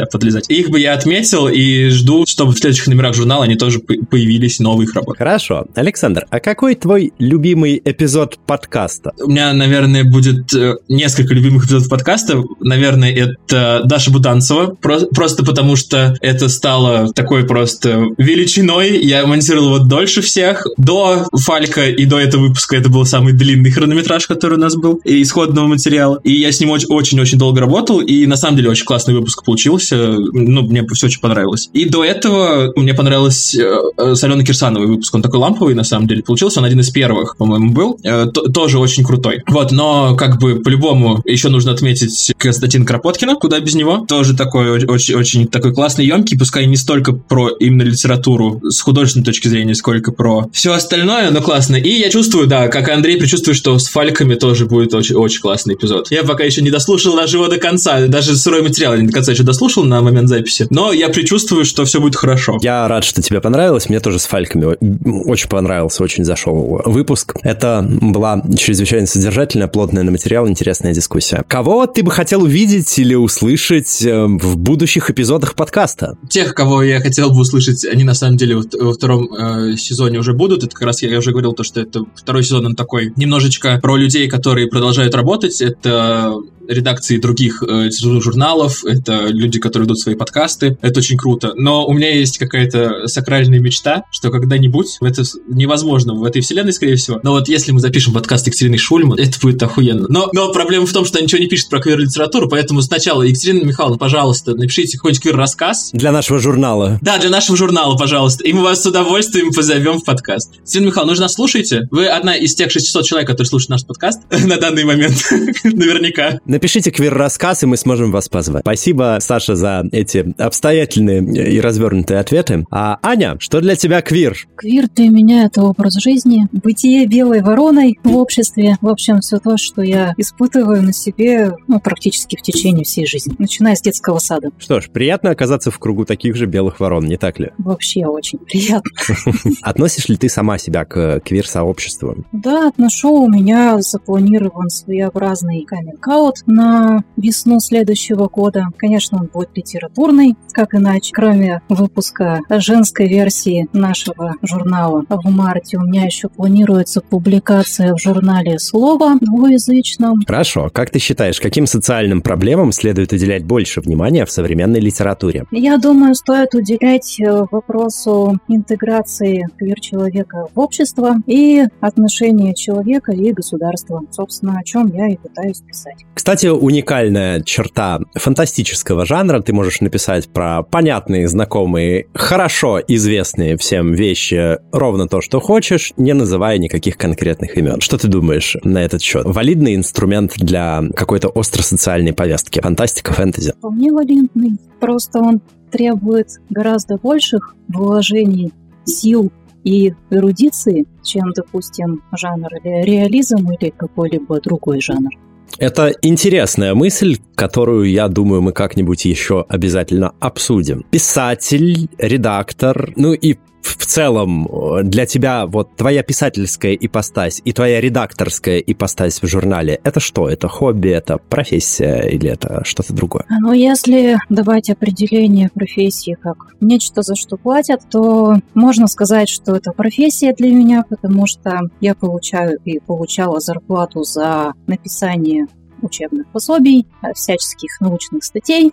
подлезать. Их бы я отметил и жду, чтобы в следующих номерах журнала они тоже появились новые их работы. Хорошо. Александр, а какой твой любимый эпизод подкаста? У меня, наверное, будет несколько любимых эпизодов подкаста. Наверное, это Даша Бутанцева. Просто потому, что это стало такой просто величиной. Я монтировал его дольше всех. До Фалька и до этого выпуска это был самый длинный хронометраж, который у нас был, исходного материала. И я с ним очень-очень долго работал. И на самом деле очень классный выпуск получился. Ну, мне все очень понравилось. И до этого мне понравилось с Аленой Кирсановой выпуск. Он такой ламповый, на самом деле, получился. Он один из первых, по-моему, был. Тоже очень крутой. Вот, но как бы по-любому еще нужно отметить Константина Кропоткина, куда без него. Тоже такой очень такой классный, емкий, пускай не столько про именно литературу с художественной точки зрения, сколько про все остальное, но классно. И я чувствую, да, как и Андрей, предчувствую, что с Фальками тоже будет очень классный эпизод. Я пока еще не дослушал даже его до конца, даже сырой материал я не до конца еще дослушал на момент записи, но я предчувствую, что все будет хорошо. Я рад, что тебе понравилось, мне тоже с Фальками очень понравился, очень зашел выпуск. Это была чрезвычайно содержательная, плотная на материал, интересная дискуссия. Кого ты бы хотел увидеть или услышать в будущих эпизодах подкаста? Тех, кого я хотел бы услышать, они на самом деле во втором сезоне уже будут. Это как раз я уже говорил, что это второй сезон, он такой немножечко про людей, которые продолжают работать. Это редакции других журналов, это люди, которые ведут свои подкасты. Это очень круто. Но у меня есть какая-то сакральная мечта, что когда-нибудь, это невозможно в этой вселенной, скорее всего, но вот если мы запишем подкаст Екатерины Шульман, это будет охуенно. Но проблема в том, что она ничего не пишет про квир-литературу, поэтому сначала, Екатерина Михайловна, пожалуйста, напишите какой-нибудь квир-рассказ. Для нашего журнала. Да, для нашего журнала, пожалуйста. И мы вас с удовольствием позовем в подкаст. Екатерина Михайловна, вы же нас слушаете? Вы одна из тех 600 человек, которые слушают наш подкаст на данный момент. Наверняка. Напишите квир-рассказ, и мы сможем вас позвать. Спасибо, Саша, за эти обстоятельные и развернутые ответы. А Аня, что для тебя квир? Квир для меня — это образ жизни, бытие белой вороной в обществе. В общем, все то, что я испытываю на себе практически в течение всей жизни, начиная с детского сада. Что ж, приятно оказаться в кругу таких же белых ворон, не так ли? Вообще очень приятно. Относишь ли ты сама себя к квир-сообществу? Да, отношу. У меня запланирован своеобразный каминг-аут на весну следующего года. Конечно, он будет литературный, как иначе. Кроме выпуска женской версии нашего журнала в марте, у меня еще планируется публикация в журнале «Слово» двуязычном. Хорошо. Как ты считаешь, каким социальным проблемам следует уделять больше внимания в современной литературе? Я думаю, стоит уделять вопросу интеграции квир-человека в общество и отношения человека и государства. Собственно, о чем я и пытаюсь писать. Кстати, уникальная черта фантастического жанра. Ты можешь написать про понятные, знакомые, хорошо известные всем вещи ровно то, что хочешь, не называя никаких конкретных имен. Что ты думаешь на этот счет? Валидный инструмент для какой-то остро-социальной повестки? Фантастика, фэнтези? Вполне валидный. Просто он требует гораздо больших вложений, сил и эрудиции, чем, допустим, жанр реализм или какой-либо другой жанр. Это интересная мысль, которую, я думаю, мы как-нибудь еще обязательно обсудим. Писатель, редактор, ну и в целом для тебя вот твоя писательская ипостась и твоя редакторская ипостась в журнале — это что? Это хобби, это профессия или это что-то другое? Ну, если давать определение профессии как нечто, за что платят, то можно сказать, что это профессия для меня, потому что я получаю и получала зарплату за написание учебных пособий, всяческих научных статей.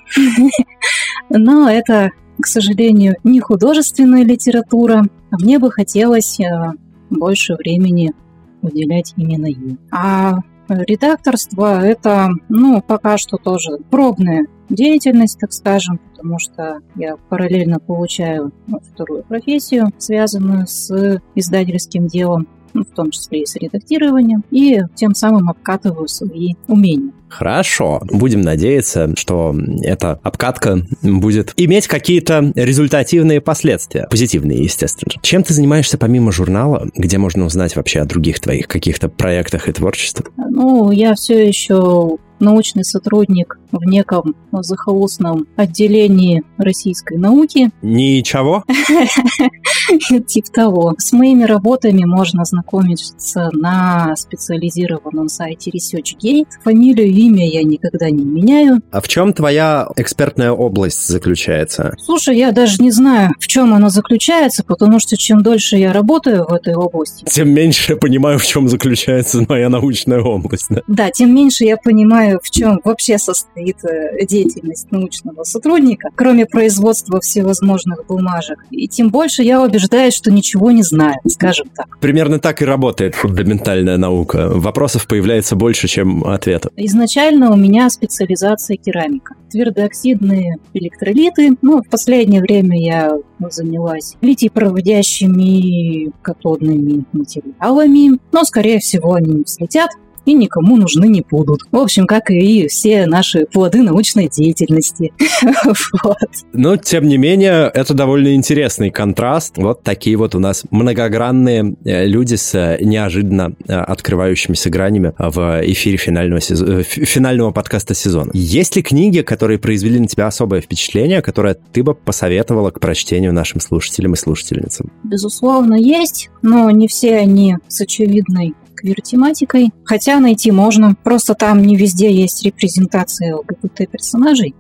Но это, к сожалению, не художественная литература. Мне бы хотелось больше времени уделять именно ей. А редакторство — это, пока что тоже пробная деятельность, так скажем, потому что я параллельно получаю вторую профессию, связанную с издательским делом, в том числе и с редактированием, и тем самым обкатываю свои умения. Хорошо. Будем надеяться, что эта обкатка будет иметь какие-то результативные последствия. Позитивные, естественно. Чем ты занимаешься помимо журнала? Где можно узнать вообще о других твоих каких-то проектах и творчестве? Я все еще научный сотрудник в неком захолустном отделении российской науки. Ничего? Типа того. С моими работами можно ознакомиться на специализированном сайте ResearchGate. Фамилию, имя я никогда не меняю. А в чем твоя экспертная область заключается? Слушай, я даже не знаю, в чем она заключается, потому что чем дольше я работаю в этой области, тем меньше я понимаю, в чем заключается моя научная область. Да, тем меньше я понимаю, в чем вообще состоит деятельность научного сотрудника, кроме производства всевозможных бумажек. И тем больше я убеждаюсь, что ничего не знаю, скажем так. Примерно так и работает фундаментальная наука. Вопросов появляется больше, чем ответов. Изначально у меня специализация керамика. Твердооксидные электролиты. В последнее время я занялась литий-проводящими катодными материалами, но, скорее всего, они не взлетят и никому нужны не будут. В общем, как и все наши плоды научной деятельности. Но, тем не менее, это довольно интересный контраст. Вот такие вот у нас многогранные люди с неожиданно открывающимися гранями в эфире финального подкаста сезона. Есть ли книги, которые произвели на тебя особое впечатление, которые ты бы посоветовала к прочтению нашим слушателям и слушательницам? Безусловно, есть, но не все они с очевидной квир-тематикой, хотя найти можно, просто там не везде есть репрезентация ЛГБТ-персонажей.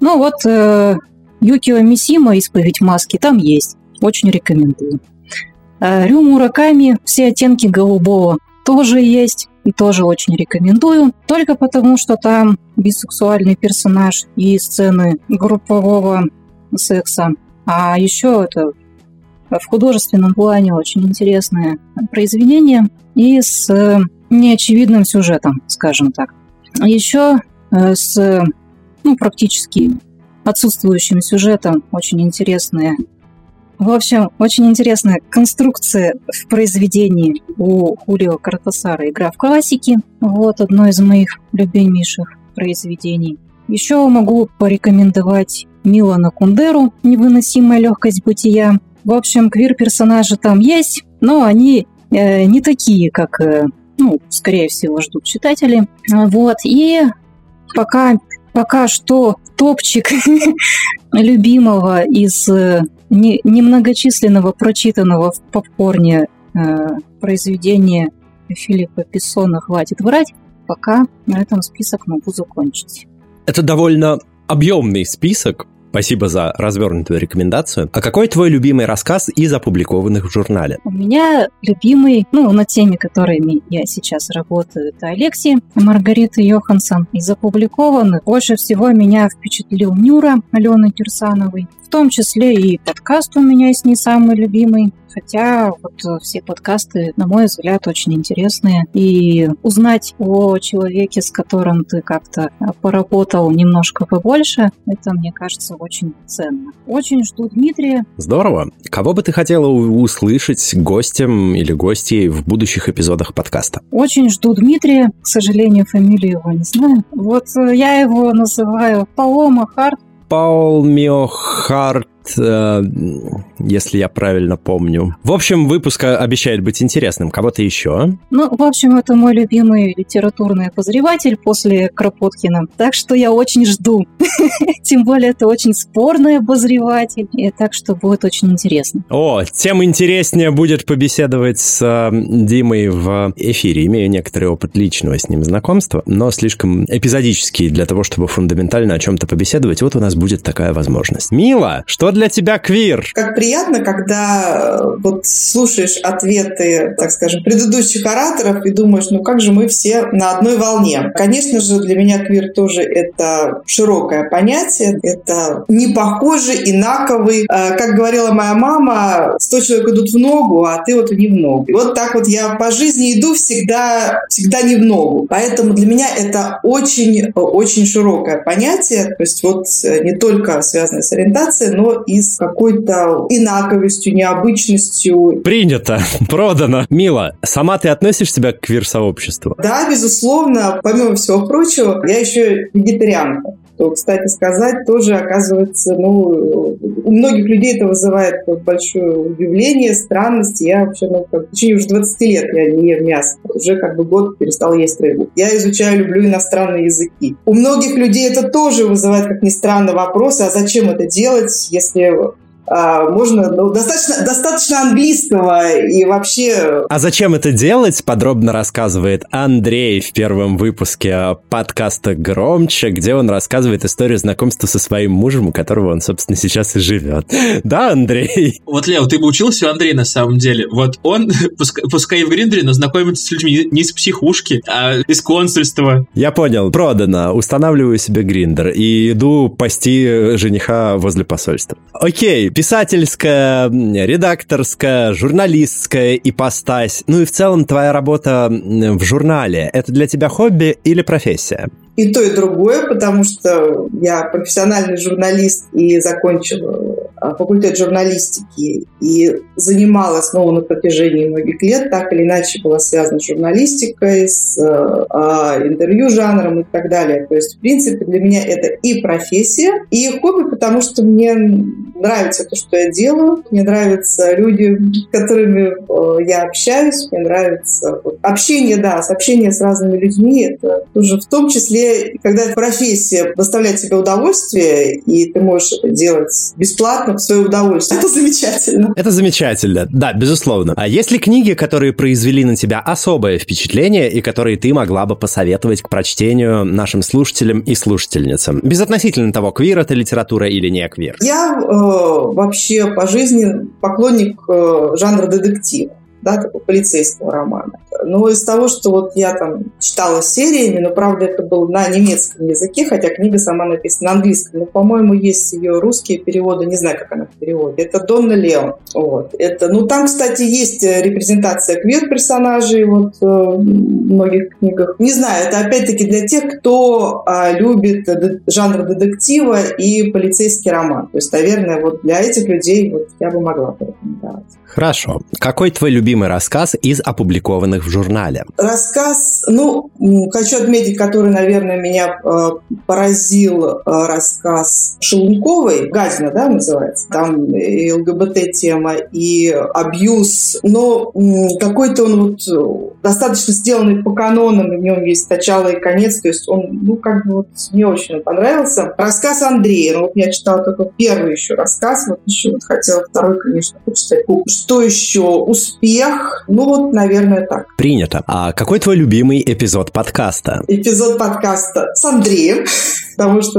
Юкио Мисима «Исповедь маски» там есть, очень рекомендую. Рю Мураками «Все оттенки голубого» тоже есть, и тоже очень рекомендую, только потому, что там бисексуальный персонаж и сцены группового секса, а еще это в художественном плане очень интересное произведение и с неочевидным сюжетом, скажем так. Еще с практически отсутствующим сюжетом очень интересные. В общем, очень интересная конструкция в произведении у Хулио Кортасара «Игра в классики». Вот одно из моих любимейших произведений. Еще могу порекомендовать Милана Кундеру «Невыносимая легкость бытия». В общем, квир-персонажи там есть, но они не такие, как, скорее всего, ждут читатели. Вот, и пока что топчик любимого из немногочисленного прочитанного в попкорне произведения Филиппа Пессона «Хватит врать», пока на этом список могу закончить. Это довольно объемный список. Спасибо за развернутую рекомендацию. А какой твой любимый рассказ из опубликованных в журнале? У меня любимый, над теми, которыми я сейчас работаю, это Алексей Маргариты Йоханссон. Из опубликованных больше всего меня впечатлил Нюра Алены Кирсановой. В том числе и подкаст у меня есть не самый любимый. Хотя все подкасты, на мой взгляд, очень интересные. И узнать о человеке, с которым ты как-то поработал немножко побольше, это, мне кажется, очень ценно. Очень жду Дмитрия. Здорово. Кого бы ты хотела услышать гостем или гостьей в будущих эпизодах подкаста? Очень жду Дмитрия. К сожалению, фамилию его не знаю. Я его называю Палома Харт. Паул Миохарт, если я правильно помню. В общем, выпуск обещает быть интересным. Кого-то еще? В общем, это мой любимый литературный обозреватель после Кропоткина. Так что я очень жду. Тем более, это очень спорный обозреватель. И так что будет очень интересно. Тем интереснее будет побеседовать с Димой в эфире. Имею некоторый опыт личного с ним знакомства, но слишком эпизодический для того, чтобы фундаментально о чем-то побеседовать. Вот у нас будет такая возможность. Мила, что для тебя квир? Как приятно, когда слушаешь ответы, так скажем, предыдущих ораторов и думаешь, как же мы все на одной волне. Конечно же, для меня квир тоже это широкое понятие, это непохожий, инаковый. Как говорила моя мама, 100 человек идут в ногу, а ты не в ногу. Вот так я по жизни иду всегда не в ногу. Поэтому для меня это очень широкое понятие, то есть не только связанное с ориентацией, но и с какой-то инаковостью, необычностью. Принято, продано. Мила, сама ты относишь себя к квир-сообществу? Да, безусловно. Помимо всего прочего, я еще вегетарианка. То, кстати сказать, тоже, оказывается, у многих людей это вызывает большое удивление, странность. Я вообще, в течение уже 20 лет я не ем мясо. Уже год перестала есть рыбу. Я изучаю, люблю иностранные языки. У многих людей это тоже вызывает, как ни странно, вопросы, а зачем это делать, если... можно, достаточно английского и вообще... А зачем это делать, подробно рассказывает Андрей в первом выпуске подкаста «Громче», где он рассказывает историю знакомства со своим мужем, у которого он, собственно, сейчас и живет. Да, Андрей? Вот, Лео, ты бы учился у Андрея на самом деле. Вот он, пускай и в Гриндере, но знакомится с людьми не из психушки, а из консульства. Я понял, продано. Устанавливаю себе Гриндер и иду пасти жениха возле посольства. Окей. Писательская, редакторская, журналистская ипостась. Ну и в целом твоя работа в журнале. Это для тебя хобби или профессия? И то, и другое, потому что я профессиональный журналист и закончила факультет журналистики и занималась, на протяжении многих лет, так или иначе была связана с журналистикой, с интервью жанром и так далее. То есть, в принципе, для меня это и профессия, и хобби, потому что мне нравится то, что я делаю, мне нравятся люди, с которыми я общаюсь, мне нравится общение с разными людьми, это тоже в том числе, когда профессия доставляет тебе удовольствие, и ты можешь это делать бесплатно в свое удовольствие. Это замечательно. Это замечательно, да, безусловно. А есть ли книги, которые произвели на тебя особое впечатление и которые ты могла бы посоветовать к прочтению нашим слушателям и слушательницам? Безотносительно того, квир это литература или не квир. Я вообще по жизни поклонник жанра детектива. Такого полицейского романа. Но из того, что я читала сериями, но, правда, это было на немецком языке, хотя книга сама написана на английском. Но, по-моему, есть ее русские переводы, не знаю, как она в переводе. Это Донна Леон. Там, кстати, есть репрезентация квир-персонажей в многих книгах. Не знаю, это опять-таки для тех, кто любит жанр детектива и полицейский роман. То есть, наверное, для этих людей я бы могла порекомендовать. Хорошо. Какой твой любимый рассказ из опубликованных в журнале? Рассказ, хочу отметить, который, наверное, меня поразил, рассказ Шелунковой, «Гадина», называется. Там и ЛГБТ-тема, и абьюз, но какой-то он достаточно сделанный по канонам, и в нем есть начало и конец, то есть он, мне очень понравился. Рассказ Андрея, я читала только первый еще рассказ, еще хотела второй, конечно, почитать. Что еще? Успех. Наверное, так. Принято. А какой твой любимый эпизод подкаста? Эпизод подкаста с Андреем, потому что,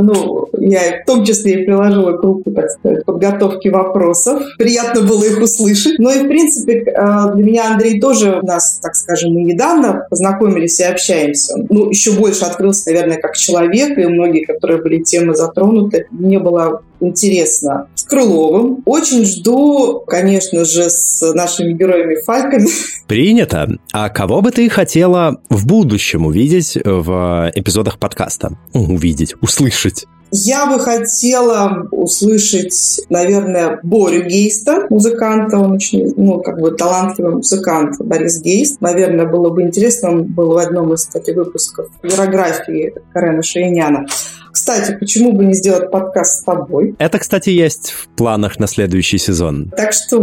я в том числе и приложила к руку, так сказать, подготовки вопросов. Приятно было их услышать. Но и, в принципе, для меня Андрей тоже у нас, так скажем, мы недавно познакомились и общаемся. Еще больше открылся, наверное, как человек, и многие, которые были темы затронуты, мне было интересно. С Крыловым. Очень жду, конечно же, с нашими героями-фальками. Принято. А кого бы ты хотела в будущем увидеть в эпизодах подкаста? Услышать. Я бы хотела услышать, наверное, Борю Гейста, музыканта. Он очень, талантливый музыкант, Борис Гейст. Наверное, было бы интересно, он был в одном из таких выпусков флюорографии Карена Шейняна. Кстати, почему бы не сделать подкаст с тобой? Это, кстати, есть в планах на следующий сезон. Так что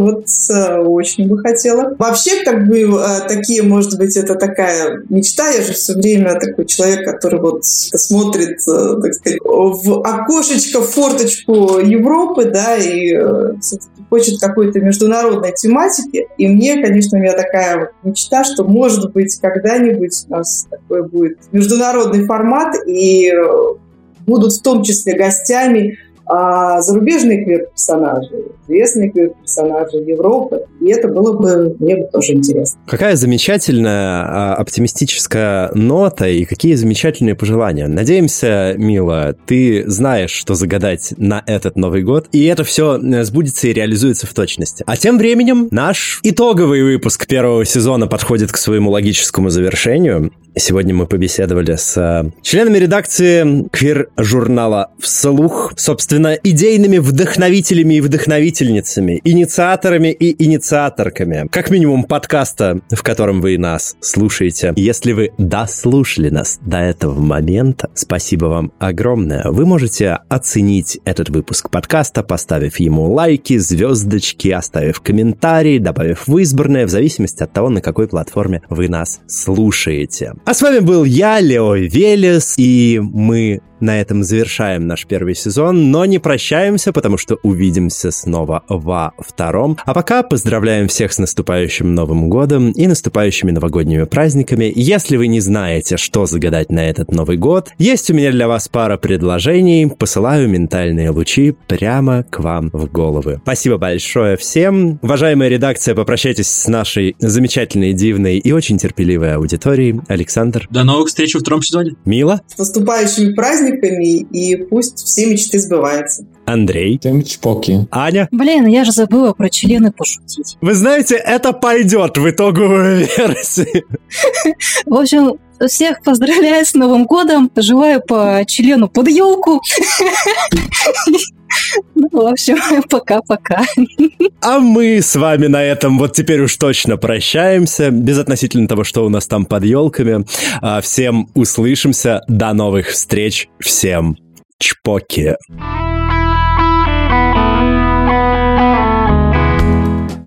очень бы хотела. Вообще, такие, может быть, это такая мечта. Я же все время такой человек, который смотрит, так сказать, в окошечко, в форточку Европы, и хочет какой-то международной тематики. И у меня такая мечта, что, может быть, когда-нибудь у нас такой будет международный формат, и будут в том числе гостями зарубежные квир-персонажи, известные квир-персонажи Европы. И это было бы, мне бы тоже интересно. Какая замечательная оптимистическая нота и какие замечательные пожелания. Надеемся, Мила, ты знаешь, что загадать на этот Новый год, и это все сбудется и реализуется в точности. А тем временем наш итоговый выпуск первого сезона подходит к своему логическому завершению. Сегодня мы побеседовали с членами редакции квир-журнала «Вслух», собственно, идейными вдохновителями и вдохновительницами, инициаторами и инициаторками, как минимум подкаста, в котором вы нас слушаете. Если вы дослушали нас до этого момента, спасибо вам огромное. Вы можете оценить этот выпуск подкаста, поставив ему лайки, звездочки, оставив комментарии, добавив в избранное, в зависимости от того, на какой платформе вы нас слушаете. А с вами был я, Лео Велес, и мы на этом завершаем наш первый сезон, но не прощаемся, потому что увидимся снова во втором. А пока поздравляем всех с наступающим Новым годом и наступающими новогодними праздниками. Если вы не знаете, что загадать на этот Новый год, есть у меня для вас пара предложений. Посылаю ментальные лучи прямо к вам в головы. Спасибо большое всем. Уважаемая редакция, попрощайтесь с нашей замечательной, дивной и очень терпеливой аудиторией. Александр. До новых встреч во втором сезоне. Мила. С наступающими праздниками, и пусть все мечты сбываются. Андрей. Всем чпоки. Аня. Блин, я же забыла про члены пошутить. Вы знаете, это пойдет в итоговую версию. В общем, всех поздравляю с Новым годом. Желаю по члену под елку. Ну, в общем, пока-пока. А мы с вами на этом вот теперь уж точно прощаемся, безотносительно того, что у нас там под елками. Всем услышимся, до новых встреч, всем чпоки.